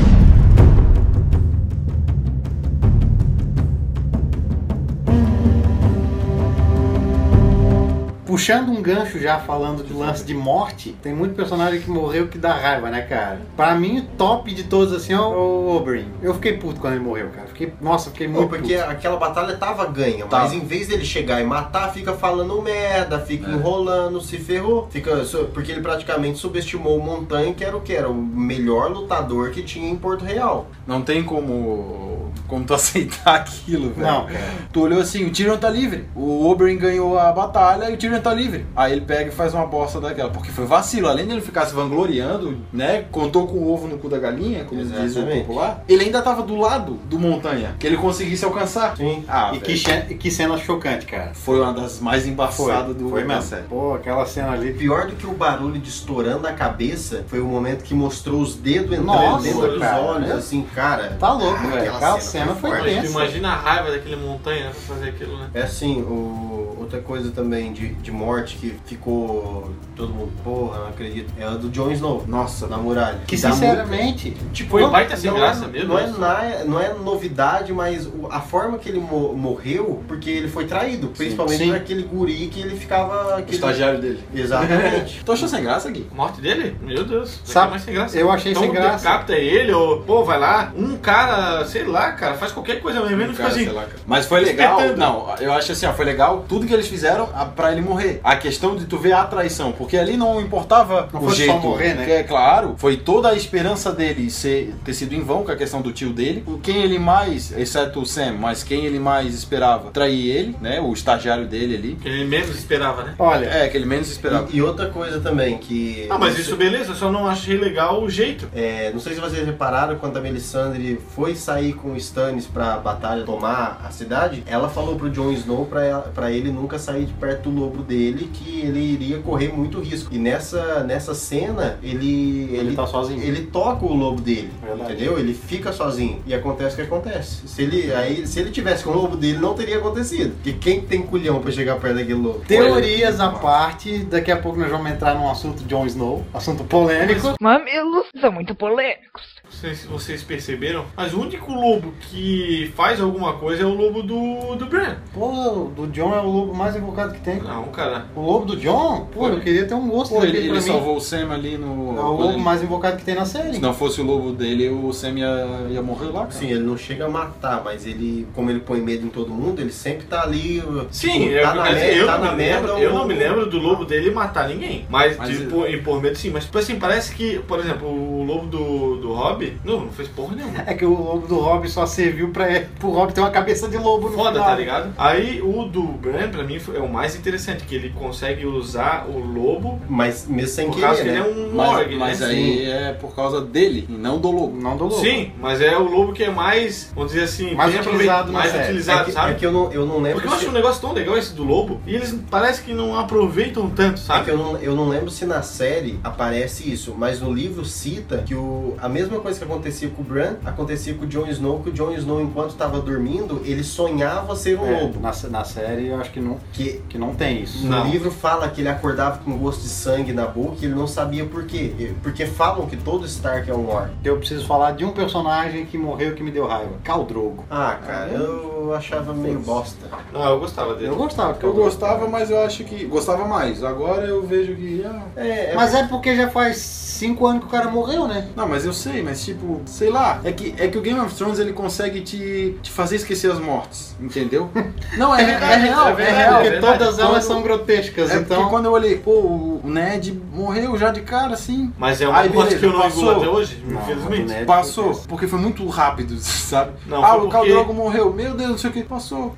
puxando um gancho já falando de lance de morte, tem muito personagem que morreu que dá raiva, né, cara? Pra mim, o top de todos, assim, é o Oberyn. Eu fiquei puto quando ele morreu, cara. Fiquei muito porque puto. aquela batalha tava ganha, Tá. mas em vez dele chegar e matar, fica falando merda, fica enrolando, se ferrou. Porque ele praticamente subestimou o Montanha, que era o que? Era o melhor lutador que tinha em Porto Real. Não tem como tu aceitar aquilo, velho. Não, cara. Tu olhou assim, o Tyrion tá livre. O Oberyn ganhou a batalha e o Tyrion tá livre. Aí ele pega e faz uma bosta daquela. Porque foi vacilo. Além de ele ficar se vangloriando, né? Contou com o ovo no cu da galinha, como diz o Exatamente. popular. Ele ainda tava do lado do Montanha. Que ele conseguisse alcançar. Sim. Ah, E velho, que cena chocante, cara. foi uma das mais embaçadas Foi da mesmo. série. Pô, aquela cena ali. Pior do que o barulho de estourando a cabeça foi o momento que mostrou os dedos entrando Nossa, dentro dos cara. olhos, assim, cara. Tá louco, velho. Aquela cena foi forte. Mas tu tensa. imagina a raiva daquele Montanha, né, pra fazer aquilo, né? É assim, outra coisa também de morte que ficou todo mundo, porra, não acredito, é a do Jon Snow, Nossa, na muralha. Que dá sinceramente, Tipo, Foi não- baita sem não graça é, mesmo, Não é, isso. não é novidade, mas a forma que ele morreu, porque ele foi traído. Principalmente sim. naquele guri que ele ficava... o estagiário dele. Exatamente. Tu achou sem graça, Gui? A morte dele? Meu Deus. Isso aqui Sabe, é mais sem graça. eu achei então, sem graça. decapita ele, ou, pô, vai lá, um cara, sei lá, cara, faz qualquer coisa mesmo, não fica Cara, assim. sei lá, cara. Mas foi legal. Espetando. Não, eu acho assim, ó, foi legal tudo que eles fizeram pra ele morrer. A questão de tu ver a traição, porque ali não importava Não o foi só jeito. morrer, né? Que é claro, foi toda a esperança dele ter sido em vão com a questão do tio dele. Quem ele mais, exceto o Sam, mas quem ele mais esperava trair ele, né? O estagiário dele ali. Que ele menos esperava, né? olha, É, que ele menos esperava. E outra coisa também que... Ah, mas isso beleza, eu só não achei legal o jeito. Não sei se vocês repararam, quando a Melisandre foi sair com o Stannis pra batalha tomar a cidade, ela falou pro Jon Snow pra ele não nunca sair de perto do lobo dele, que ele iria correr muito risco. E nessa cena, ele tá sozinho. Ele toca o lobo dele, Verdade. entendeu? Ele fica sozinho. E acontece o que acontece. Se ele tivesse com o lobo dele, não teria acontecido. Porque quem tem culhão pra chegar perto daquele lobo? Teorias à parte, daqui a pouco nós vamos entrar num assunto Jon Snow, assunto polêmico. Mamilos são muito polêmicos. Vocês perceberam? Mas o único lobo que faz alguma coisa é o lobo do Bran. Pô, do Jon é o lobo mais invocado que tem. Não, cara. O lobo do Jon? Pô, eu queria ter um gosto Pô, daquele ele pra mim. salvou o Sam ali no... É o lobo mais invocado que tem na série. Se não fosse o lobo dele, o Sam ia morrer lá, cara. Sim, ele não chega a matar, mas ele, como ele põe medo em todo mundo, ele sempre tá ali. Sim, tipo, tá na merda, eu tá não na me merda. lembro, eu não me lembro do lobo dele matar ninguém. Mas tipo, impor medo sim. Mas tipo assim, parece que, por exemplo, o lobo do Robb não fez porra nenhuma. É que o lobo do Robb só serviu pro Robb ter uma cabeça de lobo no Foda, final. tá ligado? Aí o do Bran, pra mim, é o mais interessante, que ele consegue usar o lobo Mas mesmo sem por querer, causa que né? ele é um org, Mas né? aí é por causa dele, e não do lobo. Não do lobo. Sim, mas é o lobo que é mais, vamos dizer assim, Mais bem utilizado na mais série. utilizado, sabe? É que eu não lembro. Porque eu acho um negócio tão legal esse do lobo, e eles parece que não aproveitam tanto, É sabe? que eu não lembro se na série aparece isso, mas no livro cita que a mesma coisa que acontecia com o Bran, acontecia com o Jon Snow, que o Jon Snow, enquanto estava dormindo, ele sonhava ser um lobo. Na série eu acho que não tem isso. No Não. livro fala que ele acordava com gosto de sangue na boca e ele não sabia por quê. Porque falam que todo Stark é um orc. Eu preciso falar de um personagem que morreu que me deu raiva. Khal Drogo. Ah, cara, eu achava meio bosta. Não, eu gostava dele. Eu gostava de Khal Eu Drogo. gostava, mas eu acho que... Gostava mais. Agora eu vejo que... Mas é porque já faz 5 anos que o cara morreu, né? Não, mas eu sei, mas tipo, sei lá. É que o Game of Thrones, ele consegue te fazer esquecer as mortes, entendeu? Não, é real, é verdade, Porque é verdade. todas elas são grotescas, É então... porque quando eu olhei, pô, o Ned morreu já de cara, assim. Mas é uma Aí, coisa beleza, que eu não passou. engulo até hoje, Não, infelizmente. do Ned. Passou, porque foi muito rápido, sabe? Não, ah, foi o Khal porque- Drogo morreu, meu Deus, não sei o que, passou.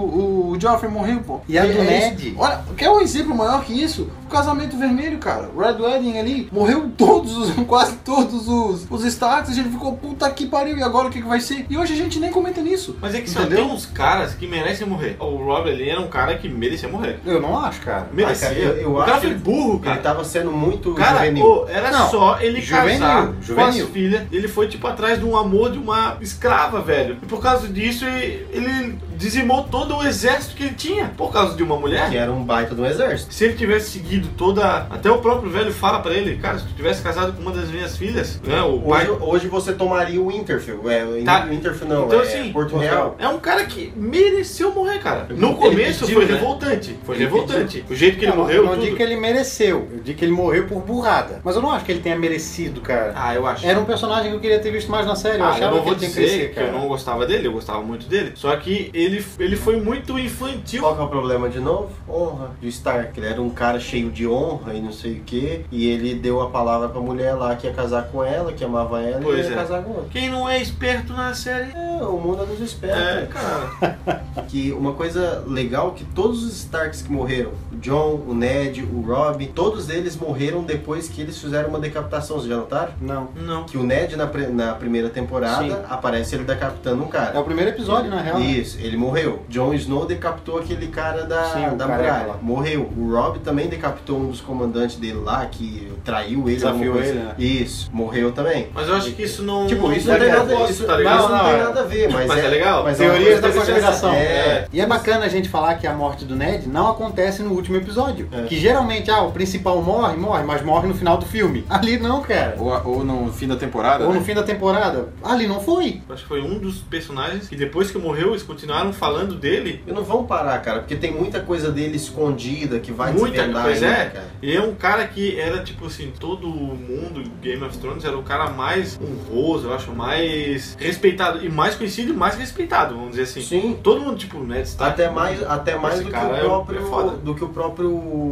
O Joffrey morreu, pô. E a do isso. Ned? Olha, quer um exemplo maior que isso? O casamento vermelho, cara. O Red Wedding ali, morreu quase todos os Starks, a gente ficou, puta que pariu, e agora o que vai ser? E hoje a gente nem comenta nisso. Mas é que só Entendeu? tem uns caras que merecem morrer. O Robb ali era um cara que merecia morrer. Eu não acho, cara. Merecia. cara, eu o cara acho foi que burro, Ele cara. tava sendo muito Cara, juvenil. era Não, só ele juvenil, casar com juvenil. as filhas. Ele foi, tipo, atrás de um amor de uma escrava, velho. E por causa disso, ele dizimou todo o exército que ele tinha. Por causa de uma mulher. Que era um baita do exército. Se ele tivesse seguido toda... Até o próprio velho fala pra ele, cara, se tu tivesse casado com uma das minhas filhas, né, o pai... Hoje você tomaria o Winterfell. Tá. Winterfell não, Então, é assim, Porto Real. É um cara que mereceu morrer, cara. No Ele começo pediu, foi né? revoltante. Foi Ele revoltante. O jeito que ele Não, morreu, não tudo. digo que ele mereceu, eu digo que ele morreu por burrada. Mas eu não acho que ele tenha merecido, cara. Ah, eu acho. Era um personagem que eu queria ter visto mais na série. Eu Eu achava não que vou ele tinha que dizer crescer, que cara. eu não gostava dele, eu gostava muito dele. Só que ele foi muito infantil. Qual que é o problema de novo? Honra. Do Stark. Ele era um cara cheio de honra e não sei o que. E ele deu a palavra pra mulher lá que ia casar com ela, que amava ela Pois e ia é. casar com outra. Quem não é esperto na série. É, o mundo é dos espertos. É, cara. Que uma coisa legal que todos os Starks que morreram, o Jon, o Ned, o Robb, todos eles morreram depois que eles fizeram uma decapitação, vocês já notaram? Não. Não. Que o Ned na primeira temporada Sim. aparece ele decapitando um cara. É o primeiro episódio, na real. né? Isso, ele morreu. Jon Snow decapitou aquele cara Sim, o da careca muralha. lá. Morreu. O Robb também decapitou um dos comandantes dele lá, que traiu ele. Desafiou alguma coisa. ele, né? Isso, morreu também. Mas eu acho que isso não. Tipo, isso não é tem nada, propósito, isso, tá ligado? isso não tem é. nada a ver, mas é legal. Mas é uma Teorias da coisa conspiração. É. E é bacana a gente falar que a morte do Ned não acontece no último episódio. É. Que geralmente, o principal morre, mas morre no final do filme. Ali não, cara. Ou no fim da temporada, Ou né? no fim da temporada. Ali não foi. Acho que foi um dos personagens que depois que morreu, eles continuaram falando dele. E não vão parar, cara, porque tem muita coisa dele escondida que vai Muita desvendar coisa, ainda, é. cara. Ele é um cara que era tipo assim, todo mundo Game of Thrones era o cara mais honroso, eu acho, mais respeitado e mais conhecido e mais respeitado, vamos dizer assim. Sim. Todo mundo, tipo, Ned Stark. Até mais Esse do que cara é foda. o próprio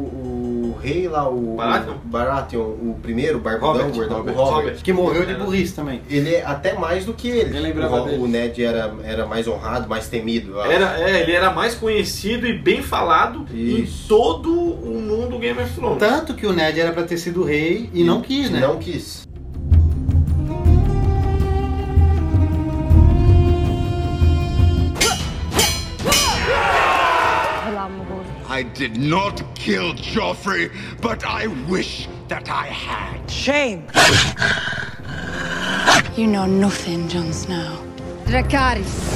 o rei lá, o Baratheon, o primeiro, o Barbudão, Robert, gordão, o Robert. Robert. Que morreu de Era. burrice também. Ele é até mais do que ele. Nem lembrava dele. O Ned era mais honrado, mais temido. eu acho. Ele era mais conhecido e bem falado Isso. em todo o mundo Game of Thrones. Tanto que o Ned era pra ter sido rei e não quis, né? Não quis. Olá, amor. I I did not kill Joffrey, but I wish that I had. Shame. You know nothing, Jon Snow. Dracarys.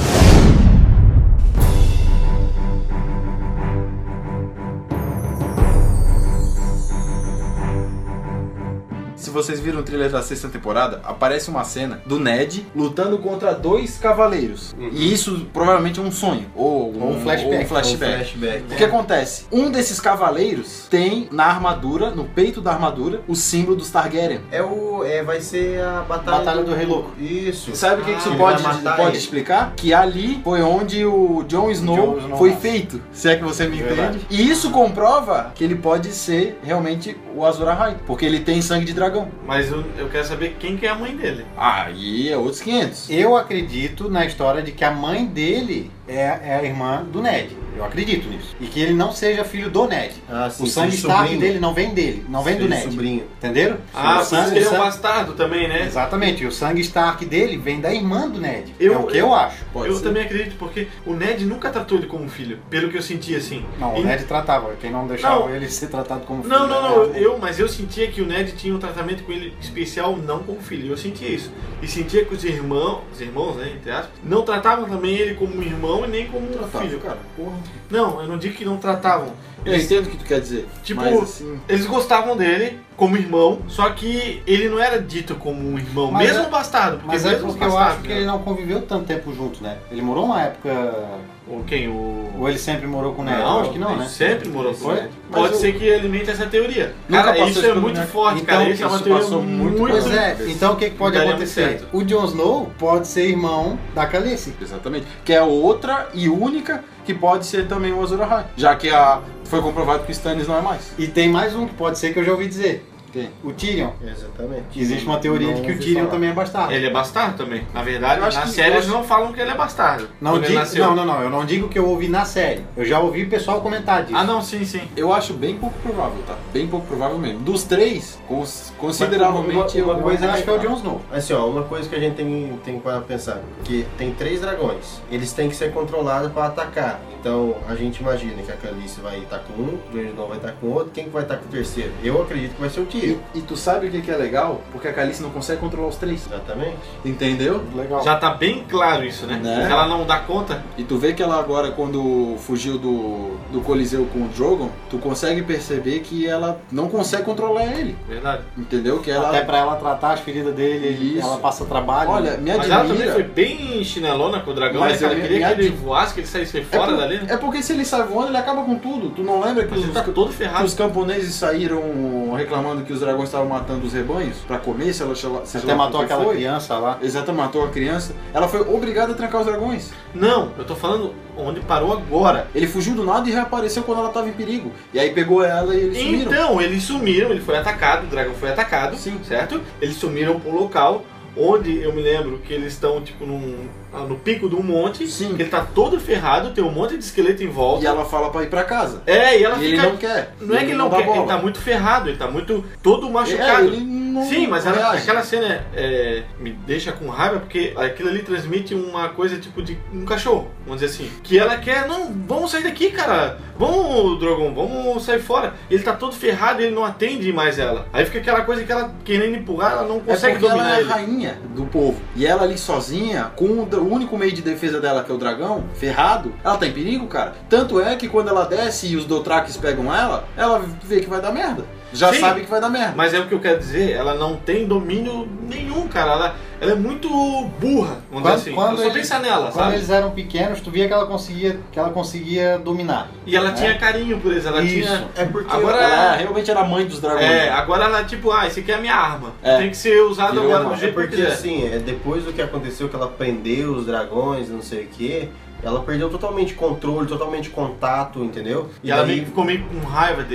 Se vocês viram o trailer da 6ª temporada, aparece uma cena do Ned lutando contra 2 cavaleiros. E isso provavelmente é um sonho. Ou um flashback. O que acontece? Um desses cavaleiros tem na armadura, no peito da armadura, o símbolo dos Targaryen. Vai ser a Batalha do Rei Louco. Isso. Sabe o que isso ele pode vai matar ele. explicar? Que ali foi onde o Jon Snow foi feito. Se é que você me entende. E isso comprova que ele pode ser realmente o Azor Ahai. Porque ele tem sangue de dragão. Mas eu quero saber quem que é a mãe dele. Aí é outros 500. Eu acredito na história de que a mãe dele é a irmã do Ned. Eu acredito nisso. E que ele não seja filho do Ned. Sim, o sangue Stark dele não vem dele, não vem do Ned. Sobrinho. Entenderam? Por isso que ele é um bastardo também, né? Exatamente. E o sangue Stark dele vem da irmã do Ned. É Eu o que eu acho. Eu também acredito, porque o Ned nunca tratou ele como um filho. Pelo que eu senti, assim. Não, o Ned tratava. Quem não deixava ele ser tratado como filho. Mas eu sentia que o Ned tinha um tratamento com ele especial, não como filho. Eu sentia isso. E sentia que os irmãos, né, entre aspas, não tratavam também ele como um irmão e nem como um filho. Cara, porra. Não, eu não digo que não tratavam. Eu entendo o que tu quer dizer. Tipo, mas, assim... eles gostavam dele como irmão, só que ele não era dito como um irmão, Mas mesmo bastardo. Mas é porque eu acho que ele não conviveu tanto tempo junto, né? Ele morou uma época... Ou quem? Ou ele sempre morou com o Ned? Não, acho que não, ele né? sempre morou com o Ned. Mas Pode ser que alimente essa teoria. Cara, isso é muito forte, então, cara. Isso é uma teoria muito... Pois é, então o que pode daria acontecer? muito certo. O Jon Snow pode ser irmão da Khaleesi. Exatamente. Que é outra e única que pode ser também o Azor Ahai. Já que foi comprovado que o Stannis não é mais. E tem mais um que pode ser que eu já ouvi dizer. Quem? O Tyrion. Exatamente. Existe uma teoria de que o Tyrion também é bastardo. Ele é bastardo também. Na verdade, Eu acho na que- série eu eles acho- não falam que ele é bastardo. Não, quando ele nasceu. não, eu não digo que eu ouvi na série. Eu já ouvi o pessoal comentar disso. Ah, não, sim. Eu acho bem pouco provável, tá? Bem pouco provável mesmo. Dos 3, consideravelmente uma coisa Eu acho que é o Jon Snow. Assim, ó, uma coisa que a gente tem para pensar, que tem 3 dragões, eles têm que ser controlados para atacar. Então a gente imagina que a Khaleesi vai estar com um, o Jon Snow vai estar com outro, quem que vai estar com o terceiro? Eu acredito que vai ser o Tyrion. E tu sabe o que é legal? Porque a Khaleesi não consegue controlar os 3. Exatamente. Entendeu? Legal. Já tá bem claro isso, né? Né? Ela não dá conta. E tu vê que ela agora, quando fugiu do Coliseu com o Drogon, tu consegue perceber que ela não consegue controlar ele. Verdade. Entendeu? Que ela... Até pra ela tratar as feridas dele, Isso. ela passa trabalho. Olha, me Mas ela também admira... foi bem chinelona com o dragão, Mas né? Ela eu queria me que ele admiro. voasse, que ele saísse fora dali, né? É porque se ele sai voando, ele acaba com tudo. Tu não lembra que Mas ele tá todo ferrado. os camponeses saíram reclamando que os dragões estavam matando os rebanhos pra comer, se ela Até matou aquela criança lá. Exatamente, matou a criança. Ela foi obrigada a trancar os dragões. Não, eu tô falando onde parou agora. Ele fugiu do nada e reapareceu quando ela tava em perigo. E aí pegou ela e eles sumiram. Então, eles sumiram, ele foi atacado, o dragão foi atacado, Sim. certo? Eles sumiram para um local onde eu me lembro que eles estão tipo no pico de um monte, Sim. que ele tá todo ferrado, tem um monte de esqueleto em volta. E ela fala pra ir pra casa. É, e ela E fica... ele não quer. Não é que ele não dá quer, bola. ele tá muito ferrado, ele tá muito todo machucado. ele não Sim, mas reage. aquela cena me deixa com raiva porque aquilo ali transmite uma coisa tipo de um cachorro, vamos dizer assim. Que ela quer, não, vamos sair daqui, cara. Vamos, Drogon, vamos sair fora. Ele tá todo ferrado e ele não atende mais ela. Aí fica aquela coisa que ela querendo empurrar, ela não consegue porque dominar ela é ele. rainha do povo. E ela ali sozinha, com o único meio de defesa dela, que é o dragão, ferrado, ela tá em perigo, cara. Tanto é que quando ela desce e os Dothrakis pegam ela vê que vai dar merda. Já Sim, sabe que vai dar merda. Mas é o que eu quero dizer, ela não tem domínio nenhum, cara. Ela é muito burra, vamos dizer assim. Eu só pensar nela, quando sabe? eles eram pequenos, tu via que ela conseguia dominar. E ela tinha carinho por eles, ela Isso. tinha... É porque Agora Ela realmente era a mãe dos dragões. É, agora ela tipo, esse aqui é a minha arma. É. Tem que ser usado Virou agora uma- do jeito que eu porque quiser. assim, depois do que aconteceu, que ela prendeu os dragões, não sei o que, ela perdeu totalmente controle, totalmente contato, entendeu? E ela daí- meio que ficou meio com raiva deles.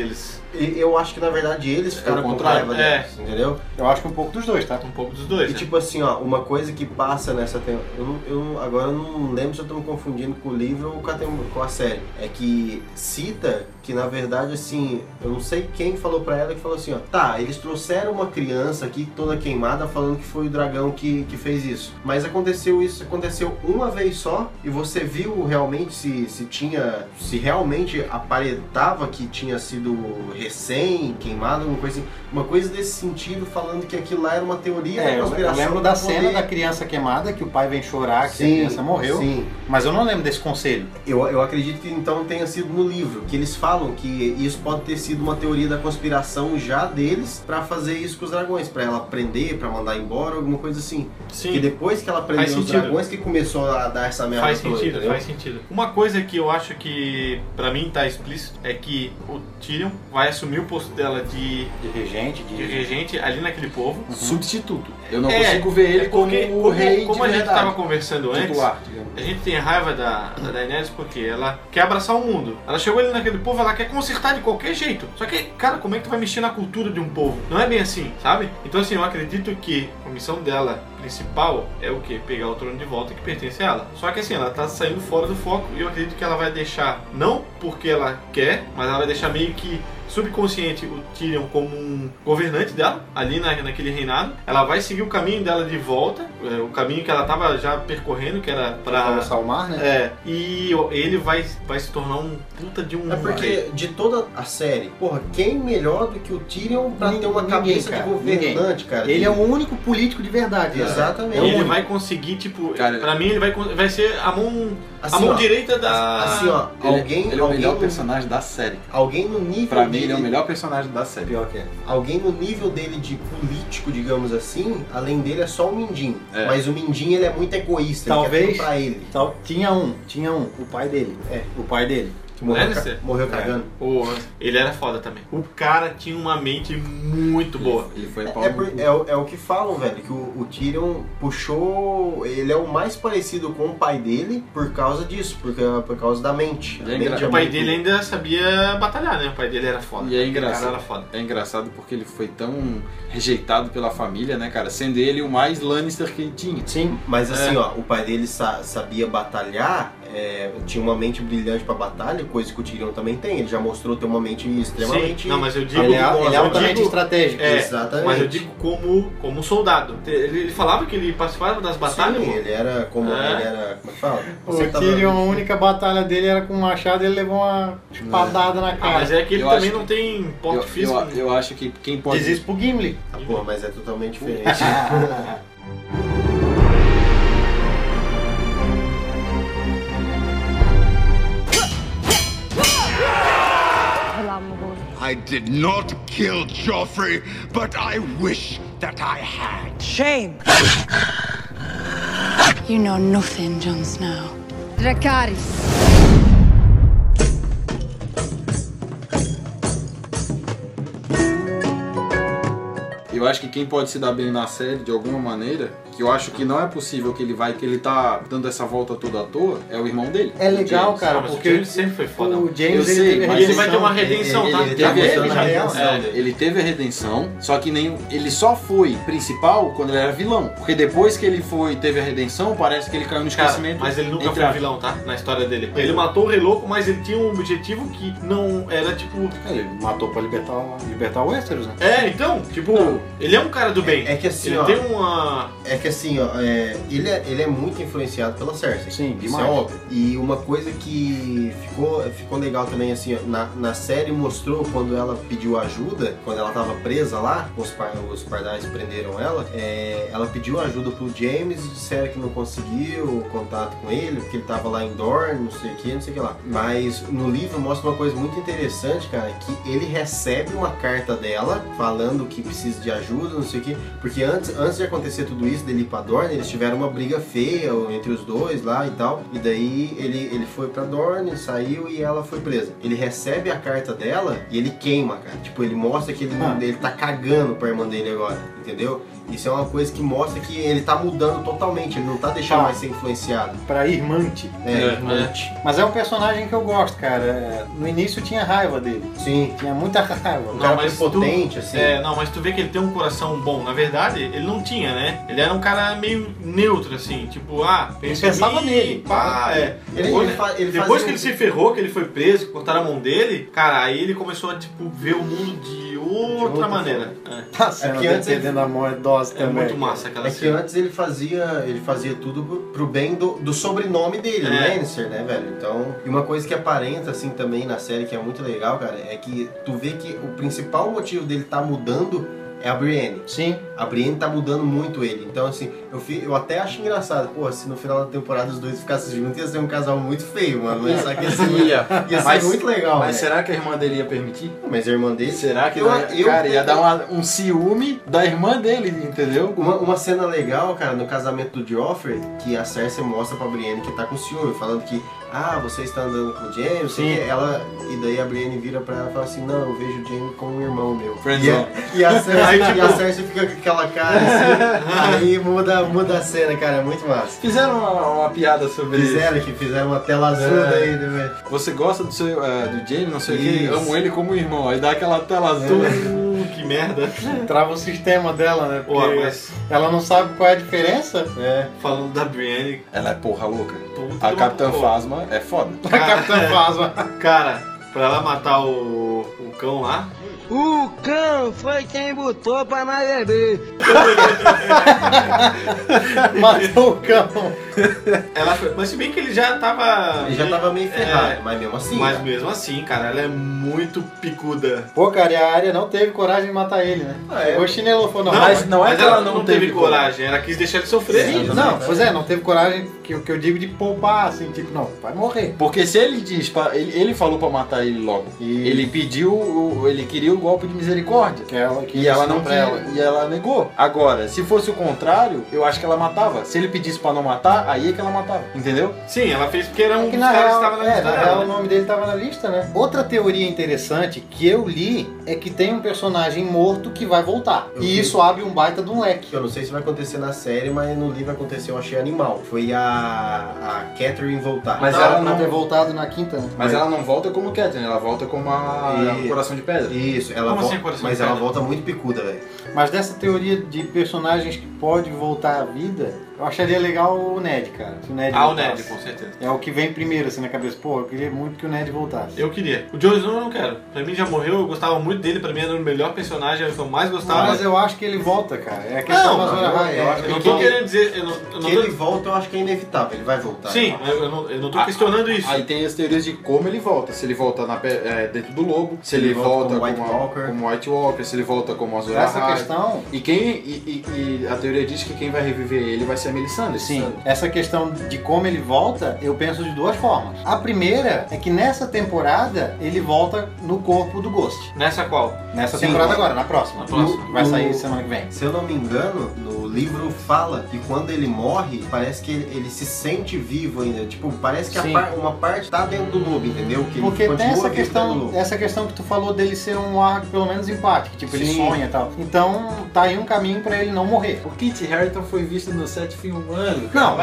Eu acho que na verdade eles ficaram com raiva deles, entendeu? Eu acho que um pouco dos dois, tá? Um pouco dos dois. E tipo assim, ó, uma coisa que passa nessa... Agora eu não lembro se eu tô me confundindo com o livro ou com a série. É que cita que na verdade assim, eu não sei quem falou pra ela, que falou assim, ó, tá, eles trouxeram uma criança aqui toda queimada falando que foi o dragão que fez isso. Mas aconteceu uma vez só e você viu realmente se realmente aparentava que tinha sido recém queimado, uma coisa desse sentido, falando que aquilo lá era uma teoria da conspiração. Eu lembro da cena da criança queimada, que o pai vem chorar, que a criança morreu, mas eu não lembro desse conselho. Eu acredito que então tenha sido no livro, que eles falam que isso pode ter sido uma teoria da conspiração já deles pra fazer isso com os dragões, pra ela prender, pra mandar embora, alguma coisa assim. Sim. Que depois que ela prendeu os dragões que começou a dar essa merda Faz toda, sentido, entendeu? faz sentido. Uma coisa que eu acho que pra mim tá explícito é que o Tyrion vai assumir o posto dela de regente ali naquele povo. Substituto. Eu não consigo ver ele como o rei como de a gente verdade. tava conversando antes, a gente tem raiva da Daenerys porque ela quer abraçar o mundo. Ela chegou ali naquele povo, ela quer consertar de qualquer jeito. Só que, cara, como é que tu vai mexer na cultura de um povo? Não é bem assim, sabe? Então assim, eu acredito que a missão dela principal é o quê? Pegar o trono de volta que pertence a ela. Só que assim, ela tá saindo fora do foco e eu acredito que ela vai deixar, não porque ela quer, mas ela vai deixar meio que subconsciente o Tyrion como um governante dela, ali naquele reinado. Ela vai seguir o caminho dela de volta, o caminho que ela tava já percorrendo, que era pra atravessar o mar, né? E ele vai se tornar um puta de um É porque rei. de toda a série, porra, quem melhor do que o Tyrion pra ter uma cabeça cara, de governante, cara? Ele é o único político de verdade. Exatamente. Ele vai conseguir, tipo, Cara, pra mim ele vai ser a mão Assim, ó, direita da... Assim, ó, Ele é o melhor personagem da série. Alguém no nível Pra mim, dele, ele é o melhor personagem da série. Pior que é. alguém no nível dele de político, digamos assim, além dele é só o Mindinho. É. Mas o Mindinho, ele é muito egoísta, Talvez. ele quer tudo pra ele. Tinha um, o pai dele. O pai dele. Que morreu, Lannister? morreu cagando. Ele era foda também. O cara tinha uma mente muito boa. Ele foi É o que falam, velho, que o Tyrion puxou. Ele é o mais parecido com o pai dele por causa disso, por causa da mente. É A mente O pai muito- dele ainda sabia batalhar, né? O pai dele era foda. E é Aquele cara engraçado. era foda. É engraçado porque ele foi tão rejeitado pela família, né, cara? Sendo ele o mais Lannister que tinha. Sim. Mas assim, ó, o pai dele sabia batalhar, tinha uma mente brilhante pra batalha, coisa que o Tyrion também tem. Ele já mostrou ter uma mente extremamente... Sim. Não, mas eu digo... Ele é altamente digo- estratégico. Exatamente. Mas eu digo como soldado. Ele falava que ele participava das batalhas. Sim, pô. ele era como... Ele era... Como é que fala? O Você tava- Tyrion, a única batalha dele era com o machado e ele levou uma espadada na cara. Mas é que ele Eu também acho não tem porte físico. Eu acho que quem pode... Diz isso pro Gimli. Ah, pô, mas é totalmente diferente. I did not kill Joffrey, but I wish that I had. Shame. You know nothing, Jon Snow. Dracarys. Eu acho que quem pode se dar bem na série de alguma maneira, que eu acho que não é possível que ele tá dando essa volta toda à toa, é o irmão dele. É legal, James. cara, Ah, mas porque o James sempre foi foda. o James Eu sei, teve mas E ele vai ter uma redenção, tá? Ele teve tá mostrando ele a já- redenção dele. Ele teve a redenção, só que ele só foi principal quando ele era vilão. Porque depois que ele teve a redenção, parece que ele caiu no Cara, esquecimento. mas ele nunca entre foi um aspas. vilão, tá? Na história dele. Ele matou o Rei Louco, mas ele tinha um objetivo que não era tipo... Ele matou pra libertar o Westeros, né? Então, tipo, ele é um cara do bem. É que assim, Ele ó, tem uma... É que assim, ó, ele é muito influenciado pela Cersei. Sim, Isso demais. é óbvio. E uma coisa que ficou legal também, assim, ó, na série mostrou quando ela pediu ajuda, quando ela tava presa lá, os pardais prenderam ela, ela pediu ajuda pro James e disseram que não conseguiu o contato com ele, porque ele tava lá em Dorne, não sei o que lá. Mas no livro mostra uma coisa muito interessante, cara, que ele recebe uma carta dela falando que precisa de pedir ajuda, não sei o que. Porque antes de acontecer tudo isso, dele ir pra Dorne, eles tiveram uma briga feia entre os dois lá e tal. E daí ele foi pra Dorne, saiu e ela foi presa. Ele recebe a carta dela e ele queima, cara. Tipo, ele mostra que ele tá cagando pra irmã dele agora, entendeu? Isso é uma coisa que mostra que ele tá mudando totalmente, ele não tá deixando mais ser influenciado. Pra Irmante. Irmante. Mas é um personagem que eu gosto, cara. No início eu tinha raiva dele. Sim. Tinha muita raiva. Um cara prepotente, assim. Não, mas tu vê que ele tem um coração bom. Na verdade, ele não tinha, né? Ele era um cara meio neutro, assim. Tipo, pensava nele. Depois que ele se ferrou, que ele foi preso, que cortaram a mão dele, cara, aí ele começou a, tipo, ver o mundo de outra maneira. Tá sendo perdendo a mão é dose também. Muito massa aquela cena. É que antes ele fazia tudo pro bem do sobrenome dele, Lannister, né, velho? Então, e uma coisa que aparenta, assim, também na série, que é muito legal, cara, é que tu vê que o principal motivo dele tá mudando é a Brienne. Sim. A Brienne tá mudando muito ele. Então, assim, eu até acho engraçado. Pô, se no final da temporada os dois ficassem juntos, ia ser um casal muito feio, mano. Ia ser muito legal, mas será que a irmã dele ia permitir? Mas a irmã dele... Será que ia dar um ciúme da irmã dele, entendeu? Uma cena legal, cara, no casamento do Joffrey, que a Cersei mostra pra Brienne que tá com ciúme, falando que você está andando com o Jaime, e daí a Brienne vira pra ela e fala assim, não, eu vejo o Jaime como um irmão meu. E a Cersei fica com aquela cara assim, aí muda a cena, cara, é muito massa. Fizeram uma piada sobre isso. Fizeram uma tela azul daí, né? Você gosta do Jaime, não sei o que, amo ele como irmão, aí dá aquela tela azul. Que merda. Trava o sistema dela, né? Porque mas ela não sabe qual é a diferença. Falando da Brienne. Ela é porra louca. A Capitã Phasma é foda. A Capitã Phasma. Cara, pra ela matar o cão lá. O cão foi quem botou pra nós beber. Matou o cão. Mas se bem que ele já tava... Ele já tava meio ferrado, mas mesmo assim. Mas mesmo assim, cara, ela é muito picuda. Pô, cara, e a Arya não teve coragem de matar ele, né? O chinelo falou, não. Mas não é que ela não teve coragem, ela quis deixar ele sofrer. Sim, não teve coragem, que eu digo de poupar, assim, tipo, não, vai morrer. Porque se ele diz, ele falou pra matar ele logo. Ele pediu, ele queria o golpe de misericórdia. E ela não queria, e ela negou. Agora, se fosse o contrário, eu acho que ela matava. Se ele pedisse pra não matar, aí é que ela matava. Entendeu? Sim, ela fez porque era um dos caras que estava na lista. Na real, o nome dele estava na lista, né? Outra teoria interessante que eu li é que tem um personagem morto que vai voltar. E isso abre um baita de um leque. Eu não sei se vai acontecer na série, mas no livro aconteceu, eu achei animal. Foi a Catelyn voltar. Mas ela não ter voltado na quinta, né? Mas ela não volta como Catelyn, ela volta como o Coração de Pedra. Isso, ela volta. Mas ela volta muito picuda, velho. Mas dessa teoria de personagens que pode voltar à vida, eu acharia legal o Ned, cara. Se o Ned voltasse. O Ned, com certeza. É o que vem primeiro, assim, na cabeça. Pô, eu queria muito que o Ned voltasse. Eu queria. O Jon Snow eu não quero. Pra mim já morreu, eu gostava muito dele. Pra mim era o melhor personagem, era o que eu mais gostava. Mas eu acho que ele volta, cara. É a questão da Azor Ahai. Eu não tô querendo dizer... Que ele volta, eu acho que é inevitável. Ele vai voltar. Sim, eu não tô questionando isso. Aí tem as teorias de como ele volta. Se ele volta dentro do lobo, se ele volta como White Walker, se ele volta como Azor Ahai. Essa questão... E a teoria diz que quem vai reviver ele vai ser a Melisandre. Sim, essa questão de como ele volta, eu penso de duas formas. A primeira é que nessa temporada ele volta no corpo do Ghost. Nessa qual? Nessa temporada agora, na próxima. Vai sair semana que vem. Se eu não me engano, no livro fala que quando ele morre, parece que ele se sente vivo ainda. Tipo, parece que uma parte tá dentro do lobo, entendeu? Que porque tem essa questão que tu falou dele ser um arco pelo menos empático. Tipo, ele sonha e tal. Então, tá aí um caminho pra ele não morrer. O Kit Harington foi visto no set filmando. Não,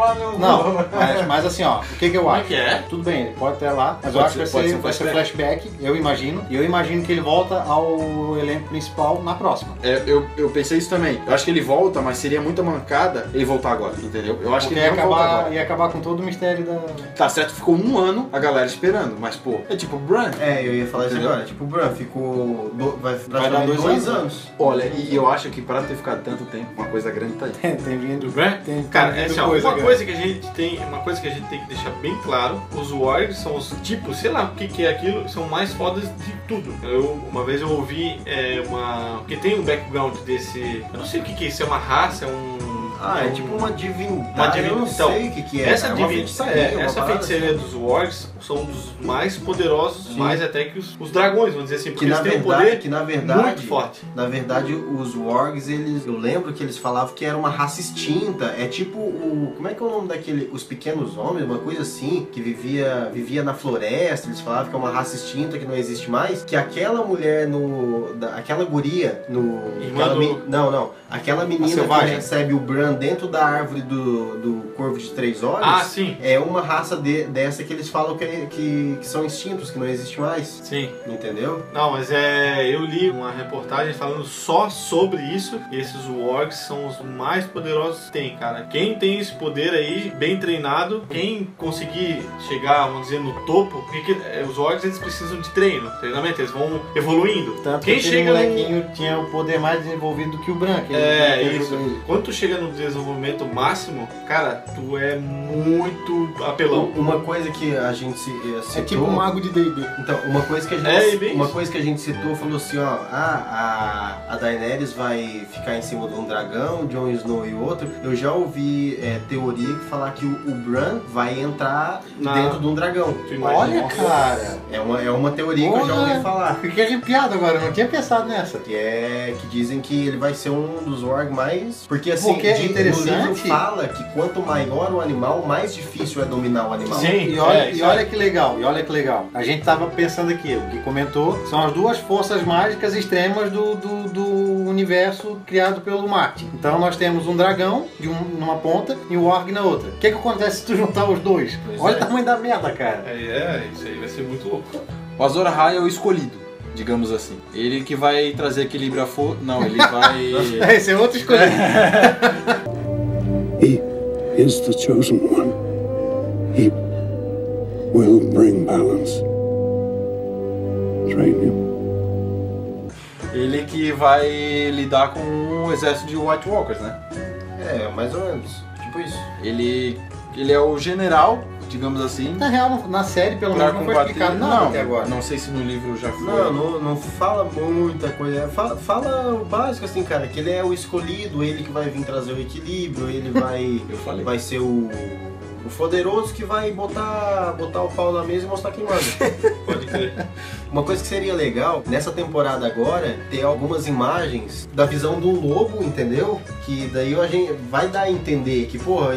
mas assim, ó, o que eu acho? Como é que é? Tudo bem, ele pode ter lá, mas eu acho que vai ser flashback, eu imagino. E eu imagino que ele volta ao elenco principal na próxima. Eu pensei isso também. Eu acho que ele volta, mas seria muita mancada ele voltar agora, entendeu? Eu acho que ele ia acabar com todo o mistério da... Tá certo, ficou um ano a galera esperando, mas pô, é tipo o Bran. Eu ia falar isso agora. Tipo, o Bran ficou... Vai dar 2 anos. Olha, e eu acho que pra ter ficado tanto tempo, uma coisa grande tá aí. Tem vindo. Do Bran? Cara, uma coisa que a gente tem que deixar bem claro, os Warriors são os tipos, sei lá o que é aquilo, são mais fodas de tudo. Uma vez eu ouvi porque tem um background desse, eu não sei o que é isso, é uma raça, é um... Ah, é tipo uma divindade. Eu não Então, sei o que é. Essa, é uma feitiçaria, uma essa parada feitiçaria assim. dos Wargs são dos mais poderosos, Sim. mais até que os dragões, vamos dizer assim, porque Que eles na, têm um verdade, poder que na verdade, muito forte. na verdade, os Wargs, eu lembro que eles falavam que era uma raça extinta. É tipo como é que é o nome daquele, os pequenos homens, uma coisa assim, que vivia na floresta. Eles falavam que é uma raça extinta que não existe mais. Que aquela mulher aquela guria aquela menina que selvagem. recebe o Bran dentro da árvore do Corvo de Três Olhos. Ah, sim. É uma raça dessa que eles falam que são extintos, que não existe mais. Sim. Entendeu? Não, mas eu li uma reportagem falando só sobre isso. E esses Wargs são os mais poderosos que tem, cara. Quem tem esse poder aí, bem treinado, quem conseguir chegar, vamos dizer, no topo, porque os Wargs eles precisam de treinamento, eles vão evoluindo. Tanto Quem que aquele chega molequinho tinha o poder mais desenvolvido do que o branco. isso. Quando tu chega no desenvolvimento máximo, cara, tu é muito apelão. Uma coisa que a gente citou... É tipo um mago de D&D. Então, uma coisa que a gente citou, falou assim, ó, a Daenerys vai ficar em cima de um dragão, o Jon Snow e outro. Eu já ouvi teoria que falar que o Bran vai entrar dentro de um dragão. Olha, cara. É uma teoria que eu já ouvi falar. Fiquei arrepiado agora, eu não tinha pensado nessa. Que dizem que ele vai ser um dos Warg mais... Porque assim, Porque é interessante. no livro fala que quanto maior o animal, mais difícil é dominar o animal. Sim. E olha que legal, A gente tava pensando aqui, o que comentou, são as duas forças mágicas extremas do universo criado pelo Martin. Então nós temos um dragão numa ponta e um Warg na outra. O que acontece se tu juntar os dois? Olha o tamanho da merda, cara. Isso aí vai ser muito louco. O Azor Ahai é o escolhido, digamos assim. Ele que vai trazer equilíbrio à força. Não, ele vai... Esse é outro escolhido. He is the chosen one. He will bring balance. Train him. Ele que vai lidar com o exército de White Walkers, né? É, mais ou menos. Tipo isso. Ele é o general, digamos assim. Na real, na série, pelo menos, não foi explicado nada até agora. Não sei se no livro já foi. Não fala muita coisa. Fala o básico, assim, cara, que ele é o escolhido, ele que vai vir trazer o equilíbrio, ele vai ser o poderoso que vai botar o pau na mesa e mostrar quem manda. Pode crer. Uma coisa que seria legal, nessa temporada agora, ter algumas imagens da visão do lobo, entendeu? Que daí a gente vai dar a entender que, porra,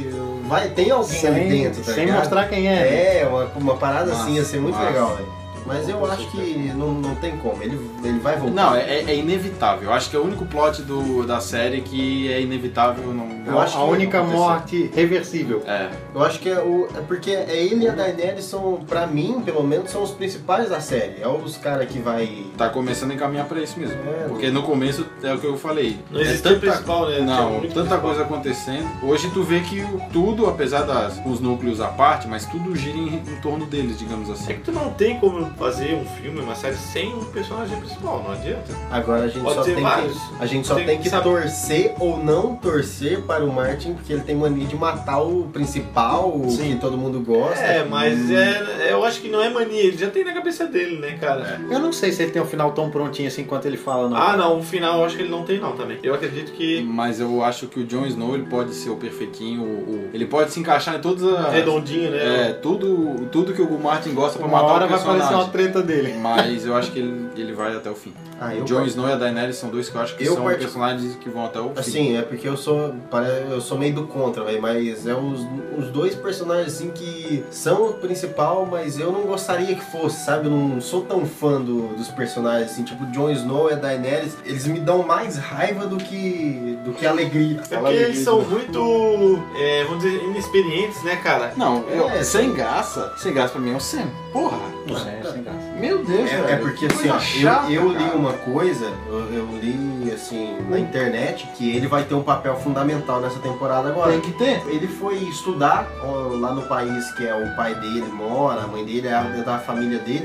tem alguém ali dentro, tá sem ligado? mostrar quem é. É, uma parada assim, ia ser muito legal, velho. Mas eu Com acho certeza. que não tem como, ele vai voltar. Não, é inevitável. Eu acho que é o único plot da série que é inevitável. Eu acho a que única vai acontecer. morte reversível. É. Eu acho que é porque ele e a Daenerys são, pra mim, pelo menos, são os principais da série. É os caras que vai... Tá começando a encaminhar pra isso mesmo. É, Porque no começo é o que eu falei. Não existe o principal, né? Não, tanta coisa acontecendo. Hoje tu vê que tudo, apesar dos núcleos à parte, mas tudo gira em torno deles, digamos É assim. que tu não tem como fazer um filme, uma série sem um personagem principal, não adianta. Agora a gente Pode só ser tem vários. tem que saber. torcer ou não torcer para o Martin, porque ele tem mania de matar o principal, o que todo mundo gosta. Mas eu acho que não é mania, ele já tem na cabeça dele, né, cara? Eu não sei se ele tem um final tão prontinho assim quanto ele fala, não. Ah, não, o final eu acho que ele não tem não também. Eu acredito que... Mas eu acho que o Jon Snow ele pode ser o perfeitinho, ele pode se encaixar em todas as... Redondinho, né? Tudo que o Martin gosta pra Uma matar hora o vai personagem. aparecer uma treta dele. Mas eu acho que ele vai até o fim. O Jon Snow e a Daenerys são dois que eu acho que são personagens que vão até o fim. Assim, é porque eu sou meio do contra, velho, mas é os dois personagens assim que são o principal, mas eu não gostaria que fosse, sabe? Eu não sou tão fã dos personagens, assim, tipo o Jon Snow e a Daenerys, eles me dão mais raiva do que alegria. É porque eles são muito, vamos dizer, inexperientes, né, cara? Não, sem graça pra mim é o Sam. Porra! Sem graça. Meu Deus, velho. É porque assim, ó, chata, eu li cara. uma coisa, eu li assim na internet que ele vai ter um papel fundamental nessa temporada agora. Tem que ter. Ele foi estudar lá no país que é o pai dele mora, a mãe dele é da família dele, e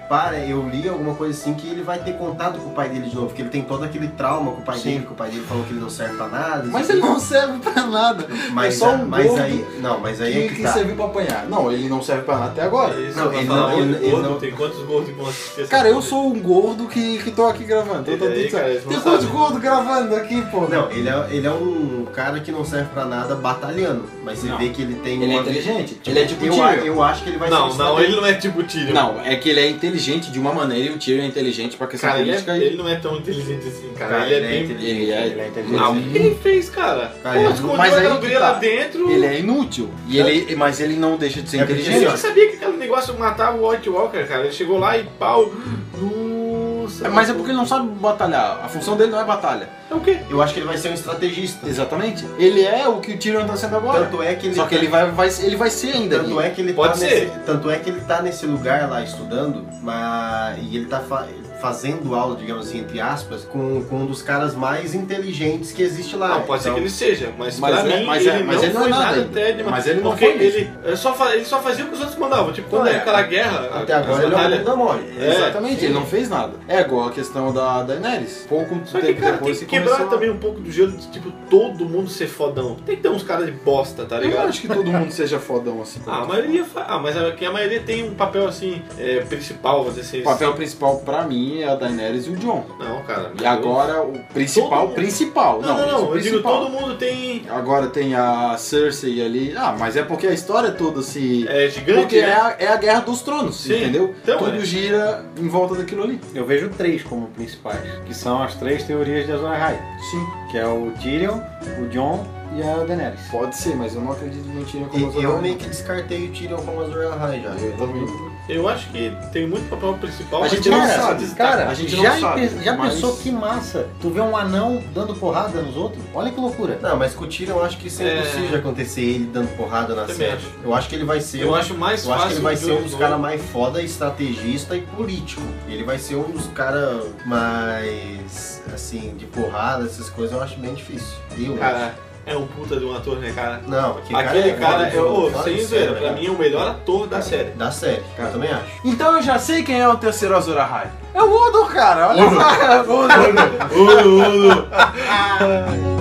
eu li alguma coisa assim que ele vai ter contato com o pai dele de novo, porque ele tem todo aquele trauma com o pai dele, que o pai dele falou que ele não serve pra nada. Mas ele não serve pra nada. Mas, é só um gordo mas aí é que tá. serviu pra apanhar. Não, ele não serve pra nada até agora. Não, ele não... Tem quantos gordos que vão assistir? Cara, eu sou um gordo que tô aqui gravando. Tem quantos gordos gravando aqui, pô? Não, ele é um cara que não serve pra nada batalhando, mas você vê que ele tem Ele é inteligente. Ele é tipo Tyrion. Eu acho que ele vai ser Não, ele não é tipo Tyrion. Não, é que ele é inteligente de uma maneira e o Tyrion é inteligente pra questão Cara, política. ele não é tão inteligente assim, cara. Cara, ele é ele é bem... inteligente. Ele é inteligente. Ah, o que ele fez, cara? Pô, escondeu mas a aí Gabriela que lá tá. dentro. Ele é inútil. Mas ele não deixa de ser É porque Ele inteligente. já sabia que aquele negócio matava o White Walker, cara. Ele chegou lá e pau. Nossa. Mas é porque ele não sabe batalhar. A função dele não é batalha. É o quê? Eu acho que ele vai ser um estrategista. Exatamente. Ele é o que o Tyrion tá sendo agora. Tanto é que ele Só que ele vai ser ainda. Tanto é que ele Pode ser. Tanto é que ele tá nesse lugar lá estudando, e ele tá fazendo aula, digamos assim, entre aspas, com um dos caras mais inteligentes que existe lá. Não, pode ser que ele seja, mas pra mim ele não foi nada até demais. Mas ele não porque foi ele só fazia o que os outros mandavam. Tipo, quando é aquela guerra... Até agora ele é um bunda mole. Exatamente, ele não fez nada. É igual a questão da Daenerys. Pouco Só que, tempo cara, depois tem se que quebrar começou... também um pouco do gelo de, tipo, todo mundo ser fodão. Tem que ter uns caras de bosta, tá Eu ligado? acho que todo mundo seja fodão assim. A maioria mas aqui a maioria tem um papel assim, principal, vamos dizer assim. O papel principal pra mim é a Daenerys e o Jon. Não, cara. E agora o principal. Não, eu digo, principal. todo mundo tem. Agora tem a Cersei ali. Mas é porque a história toda se... É gigante, Porque né? é a Guerra dos Tronos, Sim. entendeu? Então, Tudo gira em volta daquilo ali. Eu vejo 3 como principais, que são as 3 teorias de Azor Ahai, Sim. que é o Tyrion, o Jon e a Daenerys. Pode ser, mas eu não acredito no Tyrion como Azor Eu Ahai. meio que descartei o Tyrion como Azor Ahai já. Eu também. Eu acho que tem muito papel principal. A mas gente tem não que sabe, destacar. Cara, A gente já, não sabe, já mas- pensou que massa? Tu vê um anão dando porrada nos outros? Olha que loucura. Não, mas com o Tyrion eu acho que isso é impossível de acontecer, ele dando porrada na Também série. acho. Eu acho que ele vai ser Eu acho mais eu acho que fácil ele vai de ser um ver dos o caras jogo. mais foda, estrategista e político. Ele vai ser um dos caras mais, assim, de porrada, essas coisas eu acho bem difícil. Cara, é um puta de um ator, né, cara? Não, Aquele cara foda sem de zoeira, série, pra né? mim é o melhor ator da série. Da série, eu também acho. Então eu já sei quem é o terceiro Azor Ahai. É o Odo, cara. Olha só. Uno.